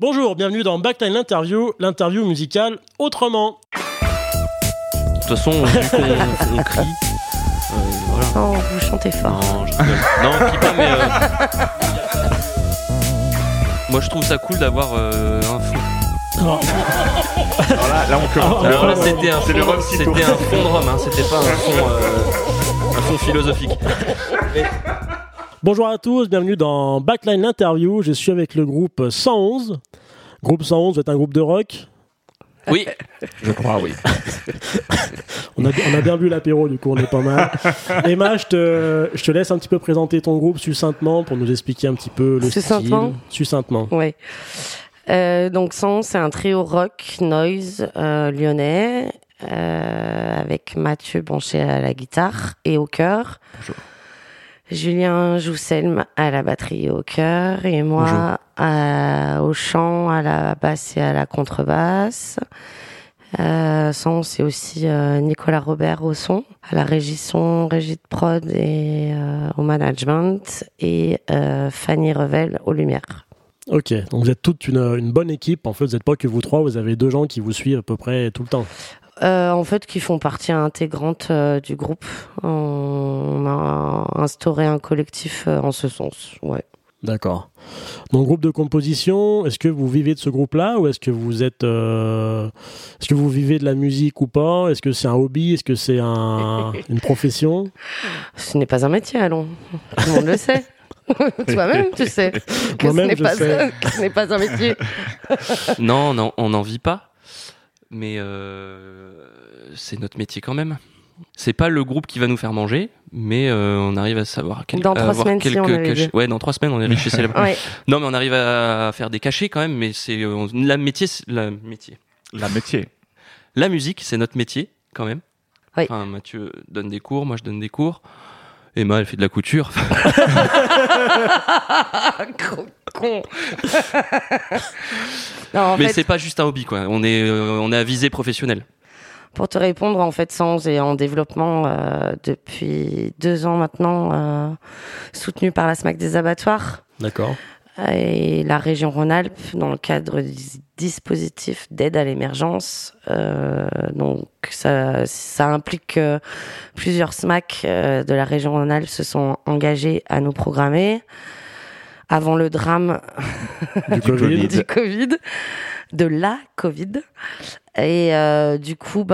Bonjour, bienvenue dans Backline l'interview musicale autrement. De toute façon, vu qu'on crie, voilà. Oh, vous chantez fort. Non, je rigole. Non, on crie pas, mais moi je trouve ça cool d'avoir un fond. Alors, Alors là on commence. Alors là, c'était un fond de rhum, hein, c'était pas un fond philosophique. Bonjour à tous, bienvenue dans Backline l'interview. Je suis avec le groupe 111. Groupe 111 est un groupe de rock. Oui, Je crois, oui. On a bien vu l'apéro, du coup on est pas mal. Emma, je te laisse un petit peu présenter ton groupe succinctement pour nous expliquer un petit peu le style. Succinctement. Ouais. Donc 111, c'est un trio rock noise lyonnais avec Mathieu Banché à la guitare et au chœur. Bonjour. Julien Jousselme à la batterie et au chœur et moi au chant, à la basse et à la contrebasse. 111, c'est aussi Nicolas Robert au son, à la régie de prod et au management et Fanny Revel aux lumières. Ok, donc vous êtes toute une bonne équipe. En fait, vous n'êtes pas que vous trois, vous avez 2 gens qui vous suivent à peu près tout le temps. En fait, qui font partie intégrante du groupe. On a instauré un collectif en ce sens, ouais. D'accord. Donc, groupe de composition, est-ce que vous vivez de ce groupe-là ou est-ce que vous êtes... est-ce que vous vivez de la musique ou pas? Est-ce que c'est un hobby? Est-ce que c'est une profession? Ce n'est pas un métier, allons. Tout le monde le sait. Toi-même, tu sais que Moi-même, ce n'est pas un métier. non, on n'en vit pas, mais c'est notre métier quand même. C'est pas le groupe qui va nous faire manger, mais on arrive à savoir dans 3 semaines, si on avait cachets. dit. Ouais, dans 3 semaines, on est chez Célèbre. Ouais. Non, mais on arrive à faire des cachets quand même, mais c'est la musique, c'est notre métier quand même. Oui. Enfin, Mathieu donne des cours, moi je donne des cours. Emma, elle fait de la couture. Gros con. Non, en Mais fait, c'est pas juste un hobby, quoi. On est à visée professionnelle. pour te répondre, en fait, 111 est en développement depuis 2 ans maintenant, soutenu par la SMAC des abattoirs D'accord. et la région Rhône-Alpes dans le cadre du dispositif d'aide à l'émergence. Donc ça implique que plusieurs SMAC de la région Rhône-Alpes se sont engagés à nous programmer avant le drame Du Covid. du Covid, de la Covid. Et du coup,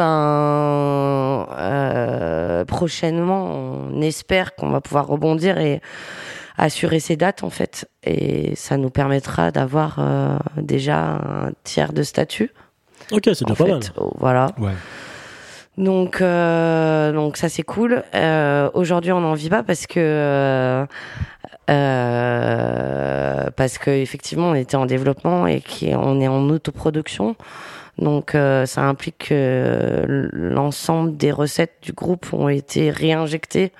prochainement, on espère qu'on va pouvoir rebondir et assurer ces dates, en fait. Et ça nous permettra d'avoir déjà un tiers de statut. Ok, c'est déjà pas mal. Voilà. Ouais. Donc ça, c'est cool. Aujourd'hui, on n'en vit pas parce que effectivement, on était en développement et qu'on est en autoproduction. Donc ça implique que l'ensemble des recettes du groupe ont été réinjectées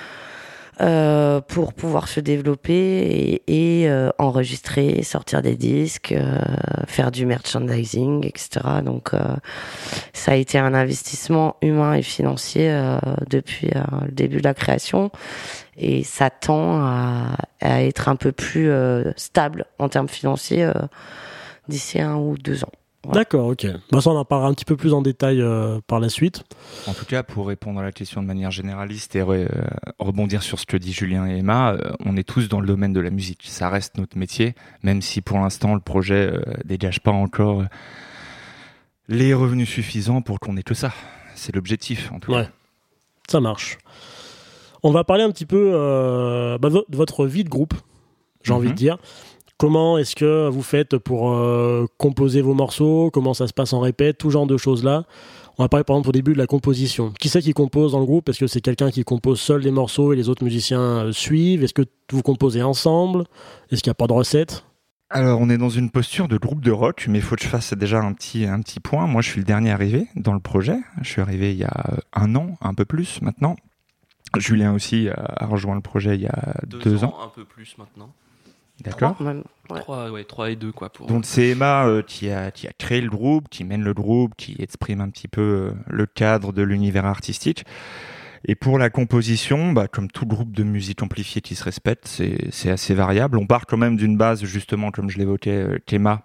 pour pouvoir se développer et enregistrer, sortir des disques, faire du merchandising, etc. Donc ça a été un investissement humain et financier depuis le début de la création et ça tend à être un peu plus stable en termes financiers d'ici 1 ou 2 ans. Ouais. D'accord, ok. Ça, on en parlera un petit peu plus en détail par la suite. En tout cas, pour répondre à la question de manière généraliste et rebondir sur ce que dit Julien et Emma, on est tous dans le domaine de la musique. Ça reste notre métier, même si pour l'instant le projet dégage pas encore les revenus suffisants pour qu'on ait que ça. C'est l'objectif, en tout cas. Ouais, ça marche. On va parler un petit peu de votre vie de groupe, j'ai envie de dire. Comment est-ce que vous faites pour composer vos morceaux? Comment ça se passe en répète? Tout genre de choses-là. On va parler par exemple au début de la composition. Qui c'est qui compose dans le groupe? Est-ce que c'est quelqu'un qui compose seul les morceaux et les autres musiciens suivent? Est-ce que vous composez ensemble? Est-ce qu'il n'y a pas de recette? Alors, on est dans une posture de groupe de rock, mais il faut que je fasse déjà un petit point. Moi, je suis le dernier arrivé dans le projet. Je suis arrivé il y a 1 an, un peu plus maintenant. Julien aussi a rejoint le projet il y a 2 ans. Un peu plus maintenant. D'accord. 3 même. Ouais. 3 et 2 quoi. Donc c'est Emma qui a créé le groupe, qui mène le groupe, qui exprime un petit peu le cadre de l'univers artistique. Et pour la composition, comme tout groupe de musique amplifiée qui se respecte, c'est assez variable. On part quand même d'une base, justement, comme je l'évoquais, qu'Emma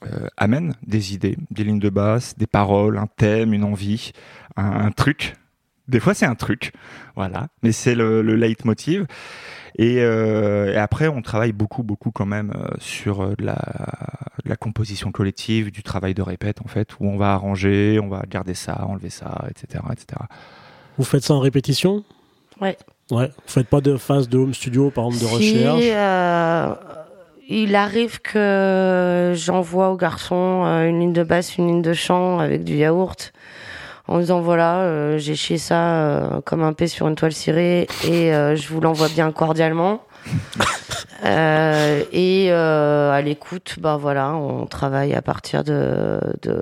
amène des idées, des lignes de basse, des paroles, un thème, une envie, un truc. Des fois, c'est un truc, voilà. Mais c'est le leitmotiv. Et après, on travaille beaucoup quand même sur de la composition collective, du travail de répète, en fait, où on va arranger, on va garder ça, enlever ça, etc., etc. Vous faites ça en répétition ? Ouais. Ouais. Vous faites pas de phase de home studio, par exemple, de recherche ? Il arrive que j'envoie aux garçons une ligne de basse, une ligne de chant avec du yaourt, en disant voilà, j'ai chié ça comme un P sur une toile cirée et je vous l'envoie bien cordialement. À l'écoute, bah voilà, on travaille à partir de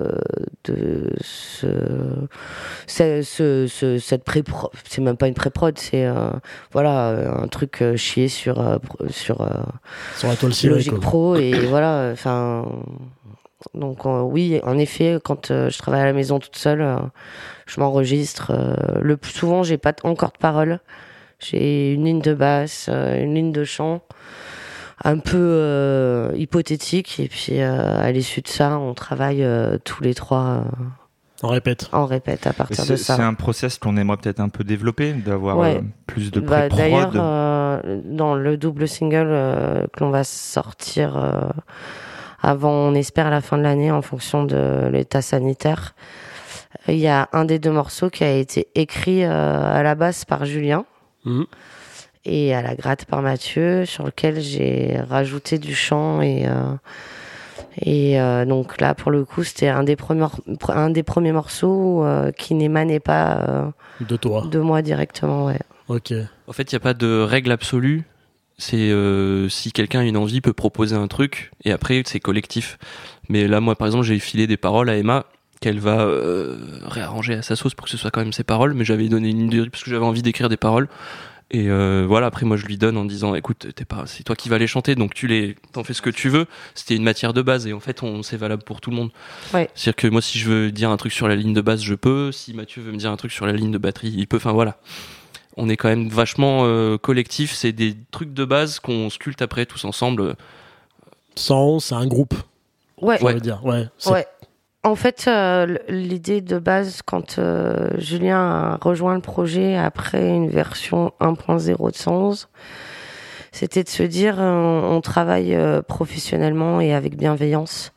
cette pré-prod. C'est même pas une pré-prod, c'est voilà un truc chié sur la toile cirée, Logic Pro et voilà. Enfin, donc oui, en effet, quand je travaille à la maison toute seule, je m'enregistre. Le plus souvent, j'ai pas encore de paroles. J'ai une ligne de basse, une ligne de chant, un peu hypothétique. Et puis, à l'issue de ça, on travaille tous les trois en répète à partir de ça. C'est un process qu'on aimerait peut-être un peu développer, d'avoir plus de pré-prod. D'ailleurs, dans le double single que l'on va sortir avant, on espère, la fin de l'année, en fonction de l'état sanitaire, il y a un des deux morceaux qui a été écrit à la basse par Julien. Et à la gratte par Mathieu, sur lequel j'ai rajouté du chant et donc là pour le coup c'était un des premiers morceaux qui n'émanait pas de toi, de moi directement. Ouais. Ok. En fait, il y a pas de règle absolue. C'est si quelqu'un a une envie, peut proposer un truc et après c'est collectif. Mais là, moi par exemple, j'ai filé des paroles à Emma qu'elle va réarranger à sa sauce pour que ce soit quand même ses paroles, mais j'avais donné une ligne de parce que j'avais envie d'écrire des paroles. Et voilà, après moi je lui donne en disant écoute, c'est toi qui vas les chanter, donc t'en fais ce que tu veux. C'était une matière de base et en fait c'est valable pour tout le monde. Ouais. C'est-à-dire que moi si je veux dire un truc sur la ligne de basse, je peux. Si Mathieu veut me dire un truc sur la ligne de batterie, il peut. Enfin voilà. On est quand même vachement collectif, c'est des trucs de base qu'on sculpte après tous ensemble. 111, c'est un groupe. Ouais. On va dire. Ouais. En fait, l'idée de base, quand Julien a rejoint le projet après une version 1.0 de 111, c'était de se dire on travaille professionnellement et avec bienveillance.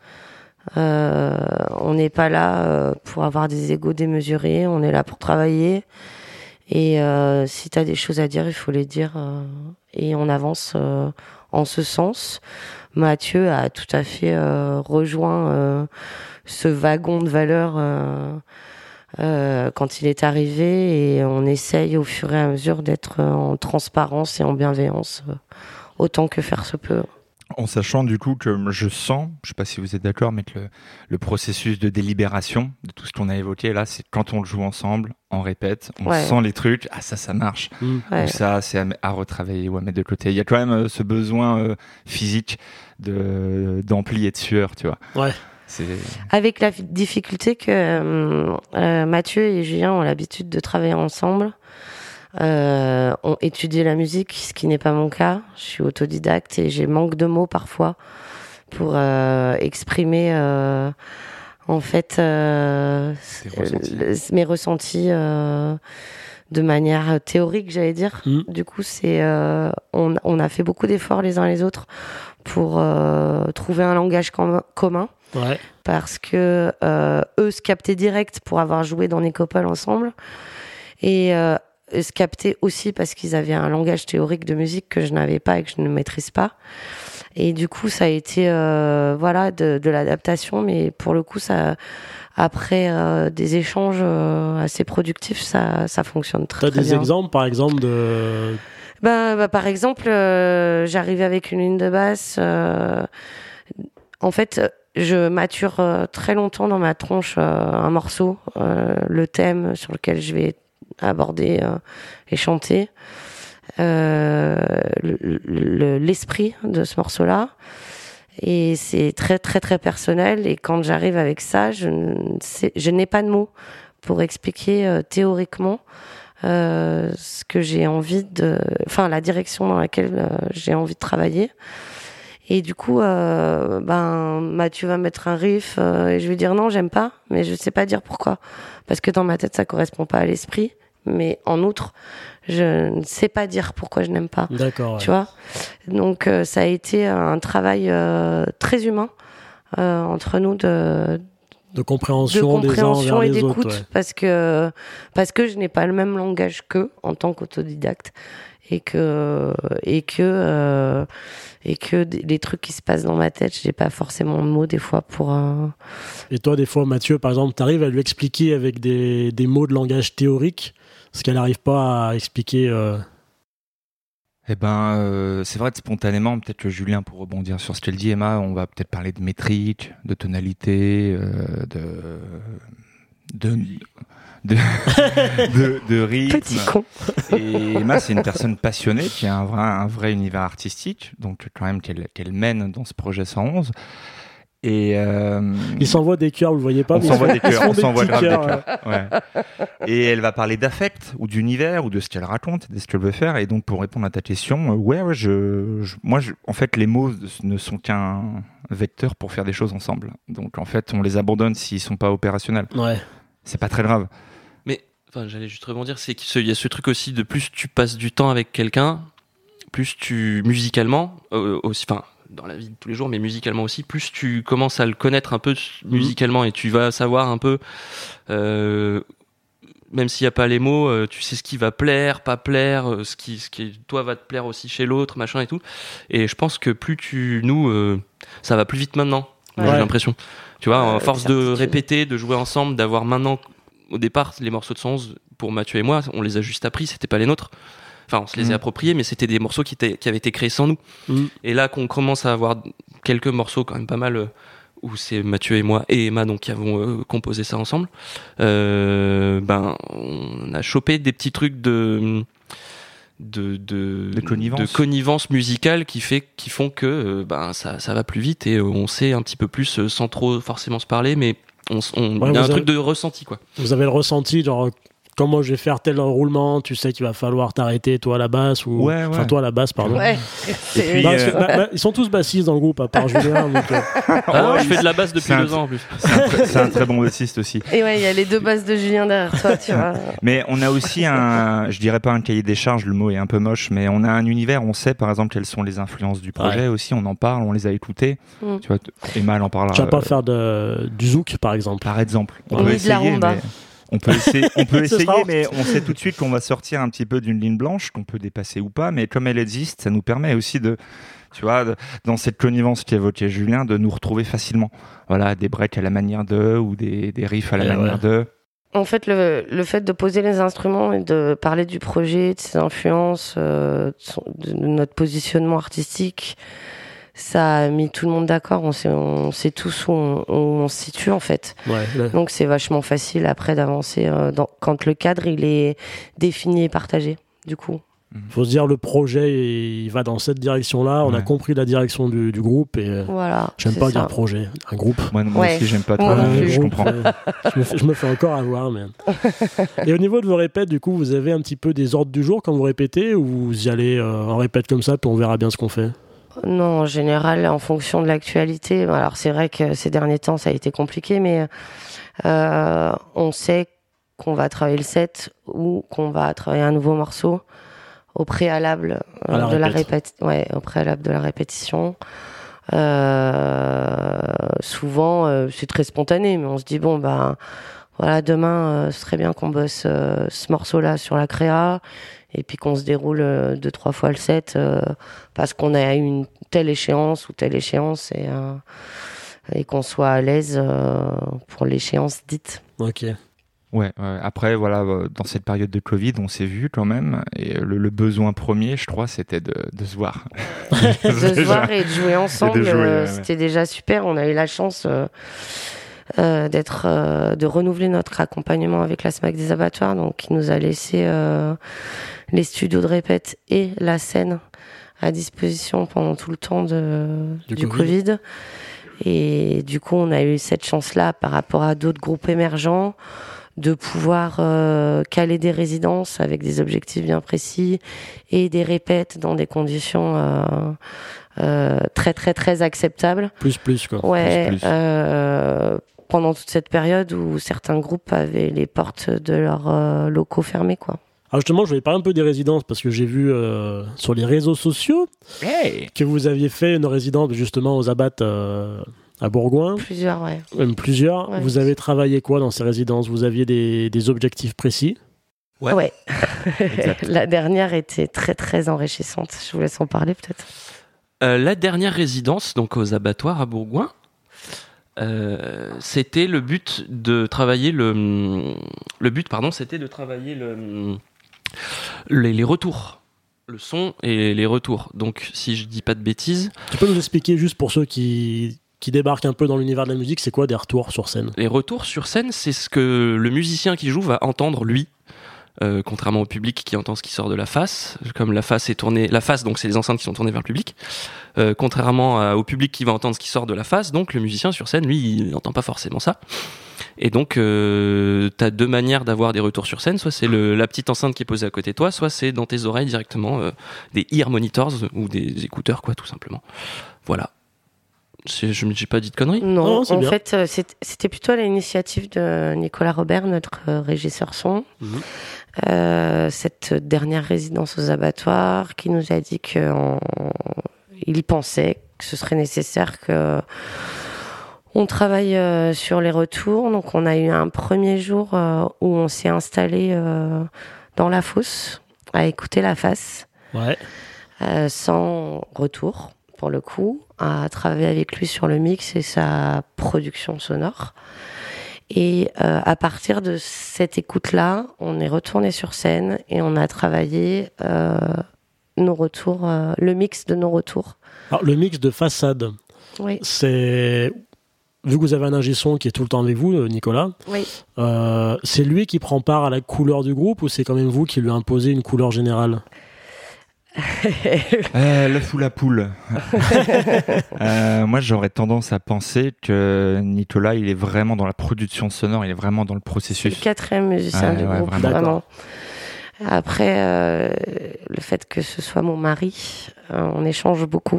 On n'est pas là pour avoir des égos démesurés, on est là pour travailler. Et si tu as des choses à dire, il faut les dire. Et on avance en ce sens. Mathieu a tout à fait rejoint ce wagon de valeur quand il est arrivé, et on essaye au fur et à mesure d'être en transparence et en bienveillance autant que faire se peut. En sachant du coup que je sens, je sais pas si vous êtes d'accord, mais que le processus de délibération de tout ce qu'on a évoqué là, c'est quand on le joue ensemble, on répète, on sent les trucs, ça marche, ou ça c'est à retravailler ou à mettre de côté. Il y a quand même ce besoin physique d'ampli et de sueur, tu vois. Ouais. Avec la difficulté que Mathieu et Julien ont l'habitude de travailler ensemble, ont étudié la musique, ce qui n'est pas mon cas. Je suis autodidacte et j'ai manque de mots parfois pour exprimer en fait mes ressentis de manière théorique, j'allais dire. Du coup, on a fait beaucoup d'efforts les uns les autres pour trouver un langage commun. Ouais. Parce que eux se captaient direct pour avoir joué dans Nécopole ensemble, et se captaient aussi parce qu'ils avaient un langage théorique de musique que je n'avais pas et que je ne maîtrise pas. Et du coup, ça a été de l'adaptation, mais pour le coup, ça, après des échanges assez productifs, ça fonctionne très bien. T'as des exemples, par exemple, de... Par exemple, j'arrivais avec une ligne de basse. En fait, je mature très longtemps dans ma tronche un morceau, le thème sur lequel je vais aborder et chanter, l'esprit de ce morceau-là. Et c'est très très très personnel. Et quand j'arrive avec ça, je n'ai pas de mots pour expliquer théoriquement ce que j'ai envie la direction dans laquelle j'ai envie de travailler. Et du coup, Mathieu va mettre un riff et je vais dire non, j'aime pas, mais je sais pas dire pourquoi. Parce que dans ma tête, ça correspond pas à l'esprit. Mais en outre, je ne sais pas dire pourquoi je n'aime pas. D'accord. Tu vois. Donc, ça a été un travail très humain entre nous de compréhension des uns envers et les d'écoute, autres. Ouais. parce que je n'ai pas le même langage qu'eux en tant qu'autodidacte. Et que les trucs qui se passent dans ma tête, j'ai pas forcément de mots des fois pour. Et toi, des fois, Mathieu, par exemple, t'arrives à lui expliquer avec des mots de langage théorique ce qu'elle n'arrive pas à expliquer. C'est vrai que spontanément, peut-être que Julien, pour rebondir sur ce qu'elle dit, Emma, on va peut-être parler de métrique, de tonalité, de rythme. Petit con. Et Emma, c'est une personne passionnée qui a un vrai univers artistique, donc quand même qu'elle mène dans ce projet 111. Et il s'envoie des cœurs, vous le voyez pas. On s'envoie des cœurs, on s'envoie grave des cœurs. cœurs. Ouais. Et elle va parler d'affect ou d'univers ou de ce qu'elle raconte, de ce qu'elle veut faire. Et donc pour répondre à ta question, moi, en fait, les mots ne sont qu'un vecteur pour faire des choses ensemble. Donc en fait, on les abandonne s'ils sont pas opérationnels. Ouais. C'est pas très grave. Enfin, j'allais juste rebondir, c'est qu'il y a ce truc aussi de plus tu passes du temps avec quelqu'un, plus tu musicalement aussi, enfin dans la vie de tous les jours, mais musicalement aussi, plus tu commences à le connaître un peu musicalement et tu vas savoir un peu, même s'il y a pas les mots, tu sais ce qui va plaire, pas plaire, ce qui toi va te plaire aussi chez l'autre, machin et tout. Et je pense que ça va plus vite maintenant. Ouais. J'ai l'impression. Tu vois, à force de certitude. répéter, de jouer ensemble, d'avoir maintenant. Au départ, les morceaux de 111, pour Mathieu et moi, on les a juste appris, c'était pas les nôtres. Enfin, on se les a appropriés, mais c'était des morceaux qui avaient été créés sans nous. Et là, qu'on commence à avoir quelques morceaux quand même pas mal, où c'est Mathieu et moi et Emma donc qui avons composé ça ensemble, on a chopé des petits trucs de connivence musicale qui font que ça va plus vite et on sait un petit peu plus sans trop forcément se parler, mais il y a un truc de ressenti, quoi. Vous avez le ressenti, genre comment je vais faire tel roulement, tu sais qu'il va falloir t'arrêter toi à la basse ou toi à la basse, pardon. Ouais. Puis, ils sont tous bassistes dans le groupe à part Julien. Donc, je fais de la basse depuis 2 ans en plus. C'est un très bon bassiste aussi. Et ouais, il y a les deux basses de Julien derrière toi, tu vois. Mais on a aussi je dirais pas un cahier des charges, le mot est un peu moche, mais on a un univers, on sait par exemple quelles sont les influences du projet aussi, on en parle, on les a écoutées. Tu vois, Emma, elle en parlera. Tu vas pas faire du zouk par exemple. Par exemple. On peut essayer, de la rumba. On peut essayer, mais on sait tout de suite qu'on va sortir un petit peu d'une ligne blanche, qu'on peut dépasser ou pas, mais comme elle existe, ça nous permet aussi dans cette connivence qu'évoquait Julien, de nous retrouver facilement. Voilà, des breaks à la manière d'eux, ou des riffs à la manière d'eux. En fait, le fait de poser les instruments et de parler du projet, de ses influences, de notre positionnement artistique, ça a mis tout le monde d'accord. On sait tous où on se situe, en fait. Ouais. Donc, c'est vachement facile après d'avancer quand le cadre il est défini et partagé, du coup. Faut se dire, le projet il va dans cette direction-là. On a compris la direction du groupe et voilà. J'aime pas dire projet, un groupe. Moi aussi, j'aime pas trop. Je comprends. Je me fais encore avoir, mais. Et au niveau de vos répètes, du coup, vous avez un petit peu des ordres du jour quand vous répétez, ou vous y allez en répète comme ça, puis on verra bien ce qu'on fait? Non, en général, en fonction de l'actualité. Alors, c'est vrai que ces derniers temps, ça a été compliqué, mais on sait qu'on va travailler le set ou qu'on va travailler un nouveau morceau au préalable de la répétition. Ouais, au préalable de la répétition. Souvent, c'est très spontané, mais on se dit voilà, demain, ce serait bien qu'on bosse ce morceau-là sur la créa. Et puis qu'on se déroule 2-3 fois le set parce qu'on a une telle échéance ou telle échéance et qu'on soit à l'aise pour l'échéance dite. Ok. Ouais. Après, voilà, dans cette période de Covid, on s'est vu quand même. Et le besoin premier, je crois, c'était de se voir. De se voir et de jouer ensemble. C'était déjà super. On a eu la chance de renouveler notre accompagnement avec la SMAC des abattoirs, donc qui nous a laissé les studios de répète et la scène à disposition pendant tout le temps du Covid. Et du coup, on a eu cette chance-là par rapport à d'autres groupes émergents de pouvoir caler des résidences avec des objectifs bien précis et des répètes dans des conditions très très très acceptables. Plus quoi. Ouais. Plus. Pendant toute cette période où certains groupes avaient les portes de leurs locaux fermées, quoi. Alors justement, je voulais parler un peu des résidences parce que j'ai vu sur les réseaux sociaux que vous aviez fait une résidence justement aux Abattes à Bourgoin. Plusieurs, ouais. Même plusieurs. Ouais. Vous avez travaillé quoi dans ces résidences? Vous aviez des objectifs précis? Ouais. La dernière était très très enrichissante. Je vous laisse en parler peut-être. La dernière résidence, donc aux abattoirs à Bourgoin, c'était le but de travailler c'était de travailler les retours, le son et les retours. Donc, si je dis pas de bêtises, Tu peux nous expliquer juste pour ceux qui débarquent un peu dans l'univers de la musique, c'est quoi des retours sur scène? les retours sur scène, c'est ce que le musicien qui joue va entendre lui. Contrairement au public qui entend ce qui sort de la face, comme la face est tournée, la face donc c'est les enceintes qui sont tournées vers le public, contrairement au public qui va entendre ce qui sort de la face, donc le musicien sur scène lui il n'entend pas forcément ça. Et donc t'as deux manières d'avoir des retours sur scène, soit c'est la petite enceinte qui est posée à côté de toi, soit c'est dans tes oreilles directement des ear monitors ou des écouteurs quoi tout simplement. Voilà. Je n'ai pas dit de conneries. Non, c'est en bien. fait, c'était plutôt à l'initiative de Nicolas Robert, notre régisseur son. Cette dernière résidence aux abattoirs, qui nous a dit qu'il pensait que ce serait nécessaire que on travaille sur les retours. Donc, on a eu un premier jour où on s'est installé dans la fosse à écouter la face, Ouais. sans retour. Pour le coup, à travailler avec lui sur le mix et sa production sonore. Et à partir de cette écoute-là, on est retourné sur scène et on a travaillé nos retours, le mix de nos retours. Alors, le mix de façade, Oui, c'est... Vu que vous avez un ingé son qui est tout le temps avec vous, Nicolas, oui. c'est lui qui prend part à la couleur du groupe ou c'est quand même vous qui lui imposez une couleur générale? L'œuf ou la poule. Moi, j'aurais tendance à penser que Nicolas, il est vraiment dans la production sonore, il est vraiment dans le C'est processus. le quatrième musicien du groupe, vraiment. vraiment. Après, le fait que ce soit mon mari, on échange beaucoup.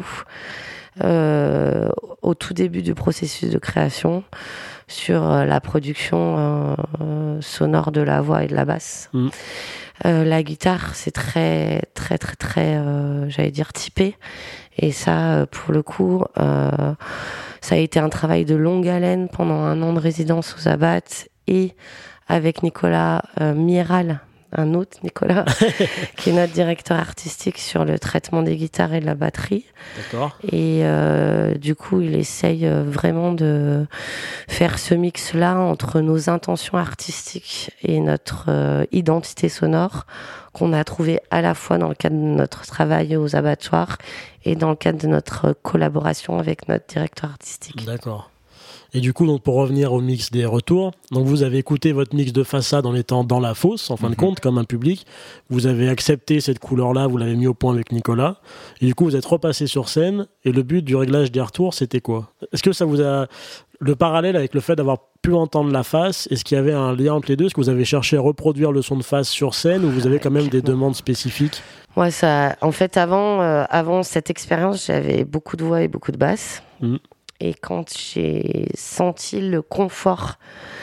Au tout début du processus de création, sur la production sonore de la voix et de la basse. La guitare, c'est très, très, très, très, j'allais dire typé. Et ça, pour le coup, ça a été un travail de longue haleine pendant 1 an de résidence aux Abattes et avec Nicolas Miral, un autre Nicolas, qui est notre directeur artistique sur le traitement des guitares et de la batterie. D'accord. Et du coup, il essaye vraiment de faire ce mix-là entre nos intentions artistiques et notre identité sonore qu'on a trouvé à la fois dans le cadre de notre travail aux abattoirs et dans le cadre de notre collaboration avec notre directeur artistique. D'accord. Et du coup, donc, pour revenir au mix des retours, donc vous avez écouté votre mix de façade en étant dans la fosse, en fin de compte, comme un public. Vous avez accepté cette couleur-là, vous l'avez mis au point avec Nicolas. Et du coup, vous êtes repassé sur scène. Et le but du réglage des retours, c'était quoi? Est-ce que ça vous a... Le parallèle avec le fait d'avoir pu entendre la face, est-ce qu'il y avait un lien entre les deux? Est-ce que vous avez cherché à reproduire le son de face sur scène ou vous avez quand même des demandes spécifiques? Moi, ça, en fait, avant cette expérience, j'avais beaucoup de voix et beaucoup de basse. Et quand j'ai senti le confort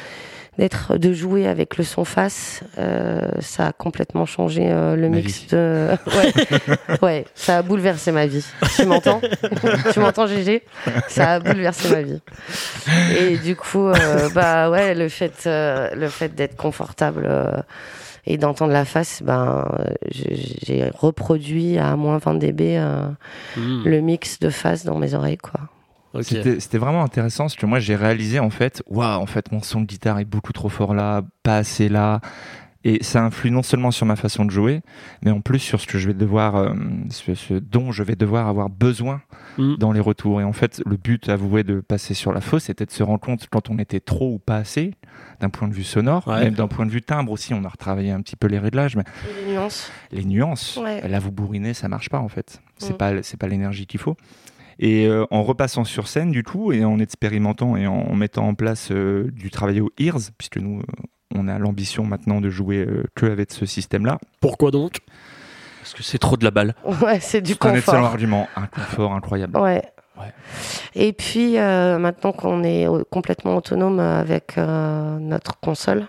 de jouer avec le son face, ça a complètement changé le mix de... Ouais, ça a bouleversé ma vie. Tu m'entends? Tu m'entends, GG? Ça a bouleversé ma vie. Et du coup, le fait d'être confortable et d'entendre la face, j'ai reproduit à moins 20 dB le mix de face dans mes oreilles, quoi. Okay. C'était vraiment intéressant parce que moi j'ai réalisé en fait mon son de guitare est beaucoup trop fort là, pas assez là, et ça influe non seulement sur ma façon de jouer, mais en plus sur ce que je vais devoir, ce dont je vais devoir avoir besoin dans les retours. Et en fait le but avoué de passer sur la fosse, c'était de se rendre compte quand on était trop ou pas assez, d'un point de vue sonore, même d'un point de vue timbre aussi. On a retravaillé un petit peu les réglages, mais et les nuances. Là vous bourrinez, ça marche pas en fait. C'est pas l'énergie qu'il faut. Et en repassant sur scène du coup et en expérimentant et en mettant en place du travail aux ears, puisque nous on a l'ambition maintenant de jouer que avec ce système-là. Pourquoi donc ? Parce que c'est trop de la balle. Ouais, c'est du C'est un excellent confort. argument, un confort incroyable. Ouais. Ouais. Et puis maintenant qu'on est complètement autonome avec notre console,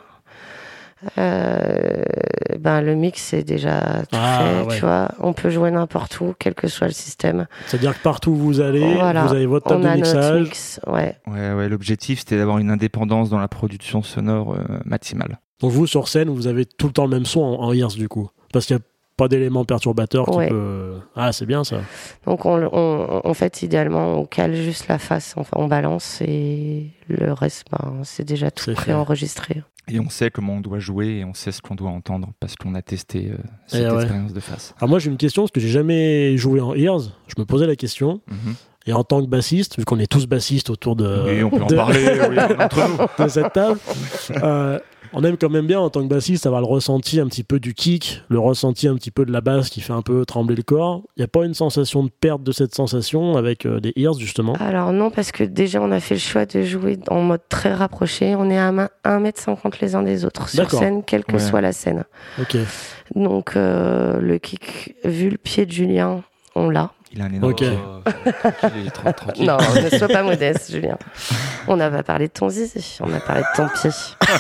le mix est déjà tout fait, ouais. tu vois. On peut jouer n'importe où, quel que soit le système. C'est-à-dire que partout où vous allez, Voilà. vous avez votre table On de a notre mixage. mix, ouais. Ouais, l'objectif c'était d'avoir une indépendance dans la production sonore maximale. Donc vous, sur scène, vous avez tout le temps le même son en ears, du coup. Parce qu'il n'y a pas d'élément perturbateur qui Ouais. peut... Ah, c'est bien ça. Donc en fait, idéalement, on cale juste la face, enfin on balance et le reste, c'est déjà tout C'est fait. préenregistré. Et on sait comment on doit jouer et on sait ce qu'on doit entendre parce qu'on a testé cette ouais. expérience de face. Alors moi, j'ai une question, parce que j'ai jamais joué en ears. Je me posais la question. Et en tant que bassiste, vu qu'on est tous bassistes autour de, Oui, on peut en de- parler oui, entre nous. de cette table, on aime quand même bien, en tant que bassiste, avoir le ressenti un petit peu du kick, le ressenti un petit peu de la basse qui fait un peu trembler le corps. Il n'y a pas une sensation de perte de cette sensation avec les ears, justement? Alors non, parce que déjà on a fait le choix de jouer en mode très rapproché. On est à 1m50 les uns des autres sur D'accord. scène, quelle que Ouais. soit la scène. Ok. Donc le kick, vu le pied de Julien, on l'a. Il a un énorme... Ok. Tranquille, tranquille. Non, ne sois pas modeste, Julien. On n'a pas parlé de ton zizi, on a parlé de ton pied.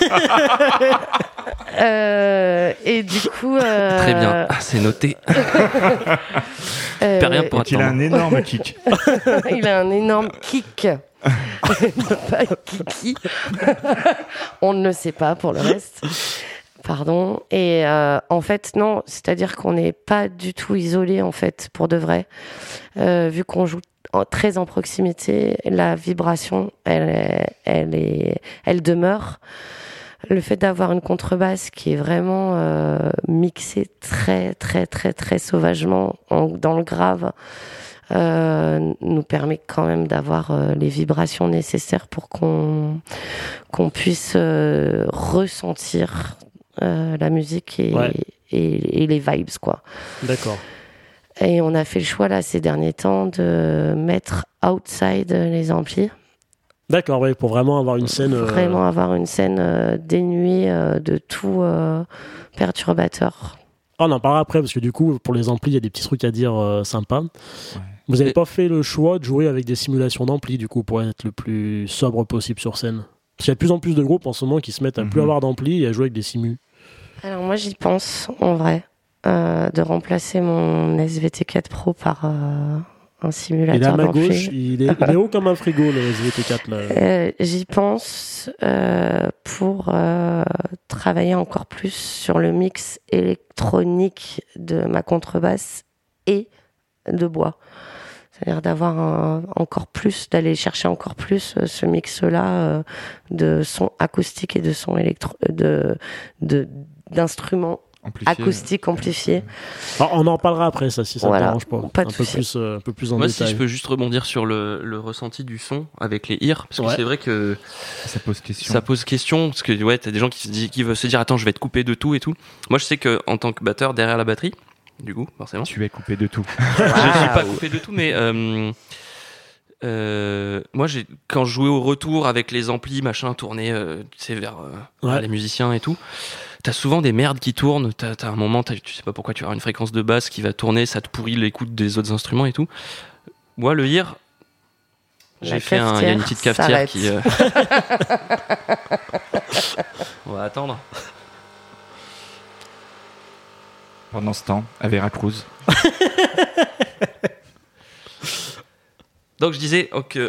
Et du coup... Très bien, c'est noté. Perds rien pour Il a attendre. un énorme kick. Il a un énorme kick. Pas kiki. On ne le sait pas pour le reste. Pardon. Et en fait, non, c'est-à-dire qu'on n'est pas du tout isolé, en fait, pour de vrai. Vu qu'on joue très en proximité, la vibration, elle demeure. Le fait d'avoir une contrebasse qui est vraiment mixée très, très, très, très sauvagement dans le grave, nous permet quand même d'avoir les vibrations nécessaires pour qu'on puisse ressentir la musique Ouais. et les vibes, quoi. D'accord. Et on a fait le choix là ces derniers temps de mettre outside les amplis, D'accord, ouais, pour vraiment avoir une scène... vraiment avoir une scène dénuée de tout perturbateur. On en parlera après, parce que du coup, pour les amplis, il y a des petits trucs à dire sympas. Vous n'avez pas fait le choix de jouer avec des simulations d'amplis, du coup, pour être le plus sobre possible sur scène? Parce qu'il y a de plus en plus de groupes en ce moment qui se mettent à plus avoir d'amplis et à jouer avec des simus. Alors moi j'y pense en vrai de remplacer mon SVT4 Pro par un Et là, simulateur à ma d'ampli. gauche, il est haut comme un frigo, le SVT4. Là. J'y pense pour travailler encore plus sur le mix électronique de ma contrebasse et de bois. C'est-à-dire d'avoir encore plus, d'aller chercher encore plus ce mix-là de son acoustique et de son d'instruments Amplifié. acoustiques amplifiés. Alors, on en parlera après, ça, si ça ne Voilà, dérange pas. pas de un peu souci. plus en Moi, détail. si je peux juste rebondir sur le ressenti du son avec les ears, parce que Ouais. c'est vrai que Ça pose question. ça pose question, parce que ouais, t'as des gens qui veulent se dire attends, je vais te couper de tout et tout. Moi, je sais que en tant que batteur derrière la batterie, du coup, forcément, Tu es coupé de tout. je suis pas coupé de tout, mais moi, quand je jouais au retour avec les amplis, machin, tourné, tu sais, vers Ouais. les musiciens et tout, t'as souvent des merdes qui tournent. T'as un moment, tu sais pas pourquoi, tu vas avoir une fréquence de basse qui va tourner, ça te pourrit l'écoute des autres instruments et tout. Moi, le ear, j'ai La fait il y a une petite cafetière s'arrête. qui. On va attendre. Pendant ce temps, à Veracruz, Donc je disais que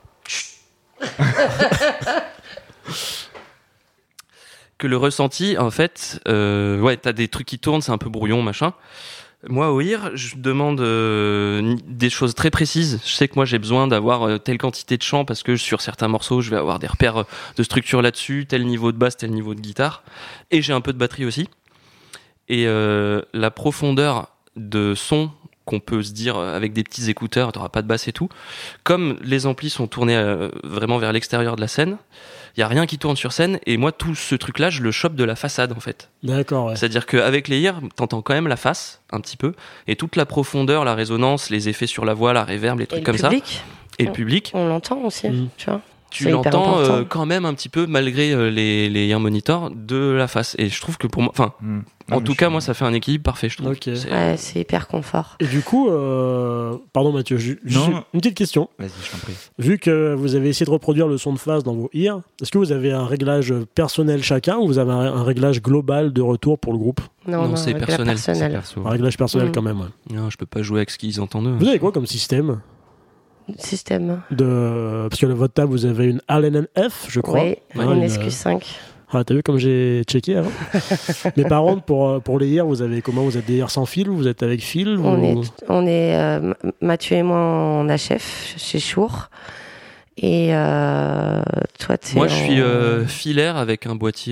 le ressenti, en fait, ouais, t'as des trucs qui tournent, c'est un peu brouillon, machin. Moi, au ear, je demande des choses très précises. Je sais que moi, j'ai besoin d'avoir telle quantité de chant parce que sur certains morceaux, je vais avoir des repères de structure là-dessus, tel niveau de basse, tel niveau de guitare. Et j'ai un peu de batterie aussi. Et la profondeur de son qu'on peut se dire avec des petits écouteurs, t'auras pas de basse et tout. Comme les amplis sont tournés vraiment vers l'extérieur de la scène, il y a rien qui tourne sur scène et moi tout ce truc là je le chope de la façade en fait. D'accord, ouais. C'est-à-dire qu'avec les ears, t'entends quand même la face un petit peu et toute la profondeur, la résonance, les effets sur la voix, la reverb, les trucs comme ça public, et le public. on l'entend aussi, Mhm. tu vois. tu C'est hyper l'entends important. quand même un petit peu malgré les ear monitors de la face. Et je trouve que pour moi, enfin, en tout cas, moi, ça fait un équilibre parfait, je trouve. Ok. C'est hyper confort. Et du coup, pardon Mathieu, Non. une petite question. Vas-y, je t'en prie. Vu que vous avez essayé de reproduire le son de face dans vos ears, est-ce que vous avez un réglage personnel chacun ou vous avez un réglage global de retour pour le groupe? Non, c'est avec la personnel. C'est perso. Un réglage personnel quand même, ouais. Non, je peux pas jouer avec ce qu'ils entendent. Vous avez quoi comme système Système. Parce que votre table, vous avez une Allen F, je crois. Oui, Ouais, une SQ5. Ah, t'as vu comme j'ai checké avant. Mais par contre, pour les ears, vous avez comment? Vous êtes des ears sans fil ou vous êtes avec fil On est Mathieu et moi en HF chez Shure. Et toi, Moi, je suis filaire avec un boîtier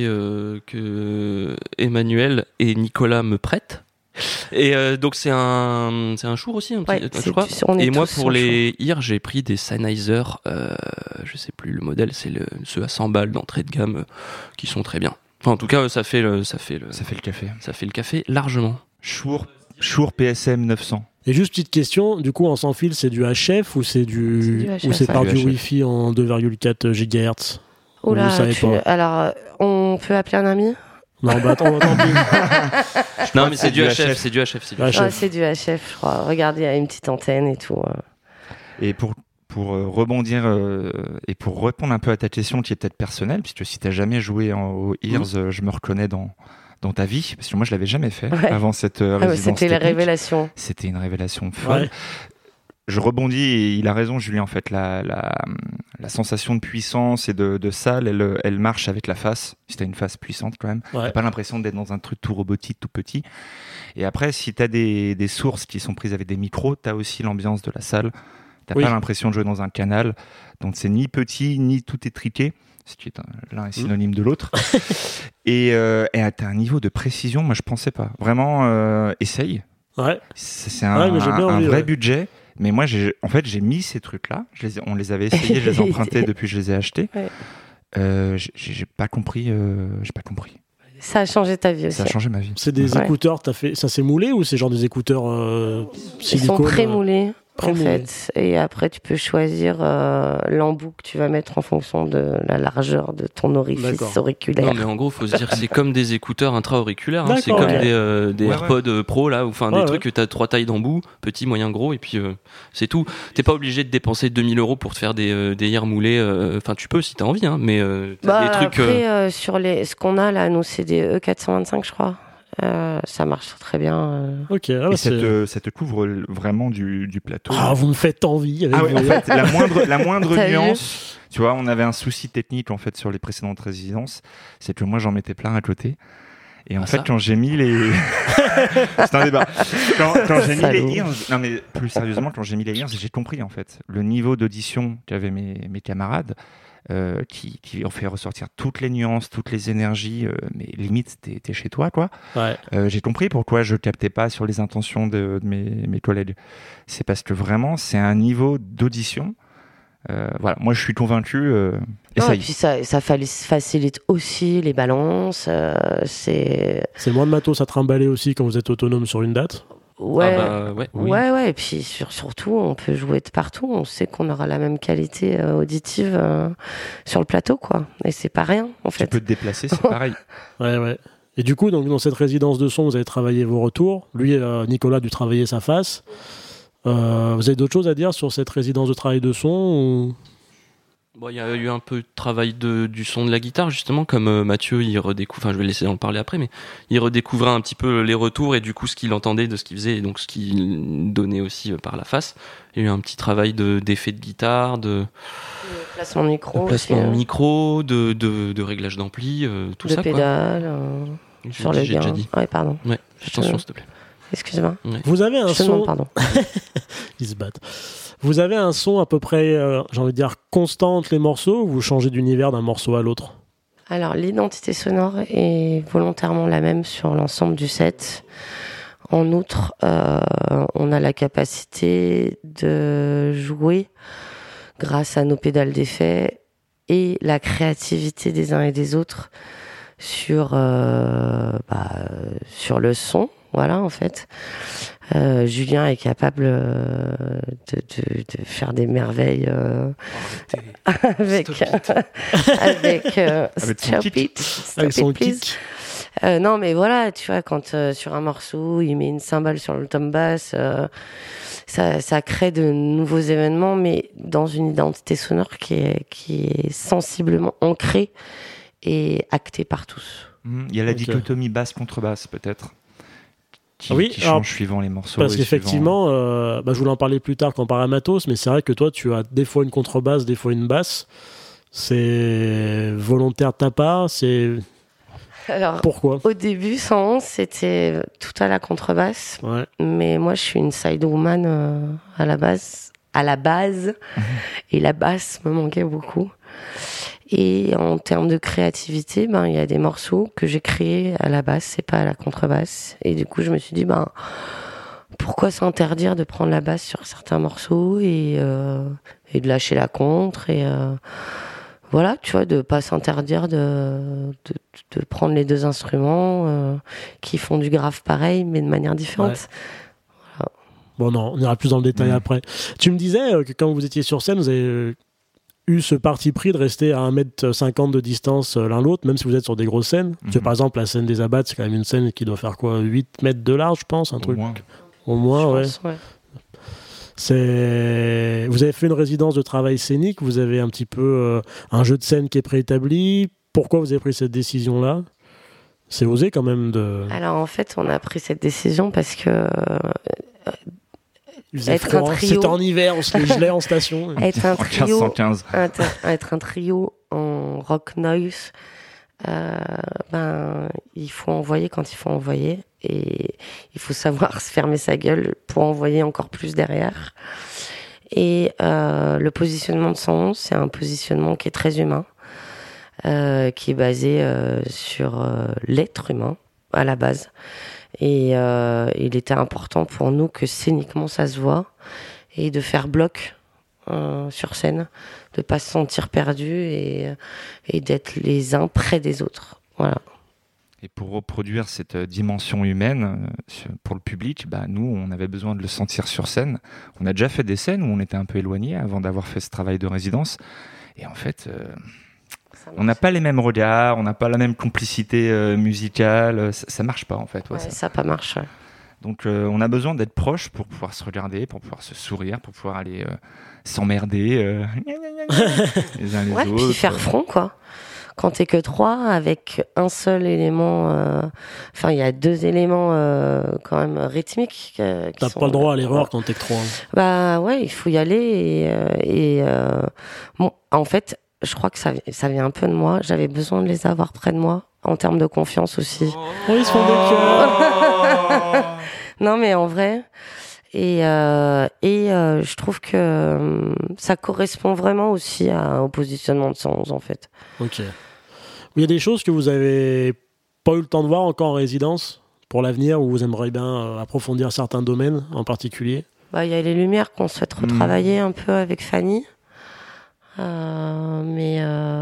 que Emmanuel et Nicolas me prêtent. Et donc c'est un Shure aussi, un petit, je crois. Et moi pour les ears, j'ai pris des Sennheiser, je sais plus le modèle, c'est ceux à 100 balles d'entrée de gamme qui sont très bien. Enfin, en tout cas, ça fait le café. Ça fait le café largement. Shure PSM 900. Et juste petite question, du coup en sans fil c'est du HF ou c'est HF, ou c'est par du du HF. Wi-Fi en 2,4 GHz? Oula, Vous savez pas. Alors, on peut appeler un ami? Non, bah attends, tant pis. Non, mais c'est du HF, c'est du HF. HF. C'est du HF, je crois. Regardez, il y a une petite antenne et tout. Et pour rebondir et pour répondre un peu à ta question qui est peut-être personnelle, puisque si t'as jamais joué aux ears, je me reconnais dans ta vie, parce que moi je l'avais jamais fait avant cette résidence c'était la technique. Révélation. C'était une révélation folle. Ouais. Je rebondis et il a raison Julien, en fait la sensation de puissance et de salle, elle marche avec la face. Si t'as une face puissante quand même, Ouais. t'as pas l'impression d'être dans un truc tout robotique, tout petit. Et après, si t'as des sources qui sont prises avec des micros, t'as aussi l'ambiance de la salle. T'as pas l'impression de jouer dans un canal, donc c'est ni petit ni tout étriqué. Ce qui est l'un est synonyme de l'autre. Et t'as un niveau de précision, moi je pensais pas. Vraiment, essaye. Ouais. C'est un vrai budget. Mais moi, j'ai mis ces trucs-là. On les avait essayés, je les ai empruntés depuis que je les ai achetés. Ouais. J'ai pas compris. Ça a changé ta vie aussi. Ça a changé ma vie. C'est des écouteurs, ça s'est moulé ou c'est genre des écouteurs silicone? Ils sont pré-moulés. En Pré-moulé. fait, et après tu peux choisir l'embout que tu vas mettre en fonction de la largeur de ton orifice auriculaire. Non, mais en gros, faut se dire que c'est comme des écouteurs intra-auriculaires. Hein. C'est D'accord, comme des AirPods Pro là, ou enfin des trucs que t'as 3 tailles d'embout, petit, moyen, gros, et puis c'est tout. T'es pas obligé de dépenser 2000 € pour te faire des ears moulés. Enfin, tu peux si t'as envie, hein, mais t'as des trucs. Après, sur ce qu'on a là, nous c'est des E425, je crois. Ça marche très bien. Ok. Et ça te couvre vraiment du plateau. Ah, vous me faites envie. Avec en fait, la moindre T'as nuance. Tu vois, on avait un souci technique en fait sur les précédentes résidences, c'est que moi j'en mettais plein à côté. Et en fait, quand j'ai mis les, c'est un débat. Quand j'ai mis les ears, non mais plus sérieusement, quand j'ai mis les ears, j'ai compris en fait le niveau d'audition qu'avaient mes camarades. Qui ont fait ressortir toutes les nuances, toutes les énergies, mais limite t'es chez toi quoi. Ouais. J'ai compris pourquoi je captais pas sur les intentions de mes collègues. C'est parce que vraiment c'est un niveau d'audition. Voilà, moi je suis convaincu. Et puis ça facilite aussi les balances. C'est moins de matos à trimballer aussi quand vous êtes autonome sur une date. Ouais. Oui. Ouais. Et puis surtout, on peut jouer de partout. On sait qu'on aura la même qualité auditive sur le plateau, quoi. Et c'est pas rien, en fait. Tu peux te déplacer, c'est pareil. Ouais. Et du coup, donc, dans cette résidence de son, vous avez travaillé vos retours. Lui, Nicolas, a dû travailler sa face. Vous avez d'autres choses à dire sur cette résidence de travail de son ou... Bon, il y a eu un peu de travail du son de la guitare, justement, comme Mathieu, il redécouvre, enfin je vais laisser en parler après, mais il redécouvrait un petit peu les retours et du coup ce qu'il entendait de ce qu'il faisait et donc ce qu'il donnait aussi par la face. Il y a eu un petit travail d'effet de guitare, de placement de micro, de réglage d'ampli, tout ça. De pédales, sur les gains. Déjà dit. Ouais, pardon. Ouais, attention s'il te plaît. Excuse-moi. Ouais. Vous avez un son... pardon. Ils se battent. Vous avez un son à peu près, j'ai envie de dire, constant entre les morceaux ou vous changez d'univers d'un morceau à l'autre? Alors, l'identité sonore est volontairement la même sur l'ensemble du set. En outre, on a la capacité de jouer grâce à nos pédales d'effet et la créativité des uns et des autres sur le son. Voilà, en fait. Julien est capable de faire des merveilles avec son kick. Avec son kick. Non, mais voilà, tu vois, quand sur un morceau, il met une cymbale sur le tom bass, ça crée de nouveaux événements, mais dans une identité sonore qui est sensiblement ancrée et actée par tous. Il y a la dichotomie basse-contrebasse, peut-être, qui change suivant les morceaux. Parce qu'effectivement, je voulais en parler plus tard quand on parle à matos, mais c'est vrai que toi, tu as des fois une contrebasse, des fois une basse. C'est volontaire de ta part, Alors, pourquoi? Au début, 111, c'était tout à la contrebasse. Ouais. Mais moi, je suis une sidewoman à la base. Et la basse me manquait beaucoup. Et en termes de créativité, il y a des morceaux que j'ai créés à la basse et pas à la contrebasse. Et du coup, je me suis dit, pourquoi s'interdire de prendre la basse sur certains morceaux et de lâcher la contre et voilà, tu vois, de pas s'interdire de prendre les deux instruments qui font du grave pareil, mais de manière différente. Ouais. Voilà. Bon, non, on ira plus dans le détail après. Tu me disais que quand vous étiez sur scène, vous avez eu ce parti pris de rester à 1m50 de distance l'un l'autre, même si vous êtes sur des grosses scènes. Parce que, par exemple, la scène des Abats, c'est quand même une scène qui doit faire quoi, 8 mètres de large, je pense, un truc. Au moins, ouais. Pense, ouais. Vous avez fait une résidence de travail scénique, vous avez un petit peu un jeu de scène qui est préétabli. Pourquoi vous avez pris cette décision-là? C'est osé quand même de... Alors en fait, on a pris cette décision parce que il faisait froid, c'était en hiver, on se les gelait en station. Être un trio, en 1515. être un trio en rock noise, il faut envoyer quand il faut envoyer et il faut savoir se fermer sa gueule pour envoyer encore plus derrière. Et le positionnement de 111, c'est un positionnement qui est très humain, qui est basé sur l'être humain à la base. Et il était important pour nous que scéniquement ça se voit et de faire bloc sur scène, de pas se sentir perdu et d'être les uns près des autres. Voilà. Et pour reproduire cette dimension humaine pour le public, nous, on avait besoin de le sentir sur scène. On a déjà fait des scènes où on était un peu éloigné avant d'avoir fait ce travail de résidence. Et en fait, on n'a pas les mêmes regards, on n'a pas la même complicité musicale. Ça marche pas, en fait. Ouais, ça n'a pas marché. Ouais. Donc, on a besoin d'être proche pour pouvoir se regarder, pour pouvoir se sourire, pour pouvoir aller s'emmerder les uns les autres. Puis faire front, quoi. Quand t'es que 3, avec un seul élément, il y a 2 éléments quand même rythmiques. T'as pas le droit à l'erreur quand t'es que 3. Ouais, il faut y aller. Bon, en fait, je crois que ça vient un peu de moi. J'avais besoin de les avoir près de moi, en termes de confiance aussi. Ils se font des cœurs. Non, mais en vrai. Et je trouve que ça correspond vraiment aussi au positionnement de 111, en fait. Ok. Il y a des choses que vous avez pas eu le temps de voir encore en résidence pour l'avenir, où vous aimeriez bien approfondir certains domaines en particulier? Il y a les lumières qu'on souhaite retravailler un peu avec Fanny. Mais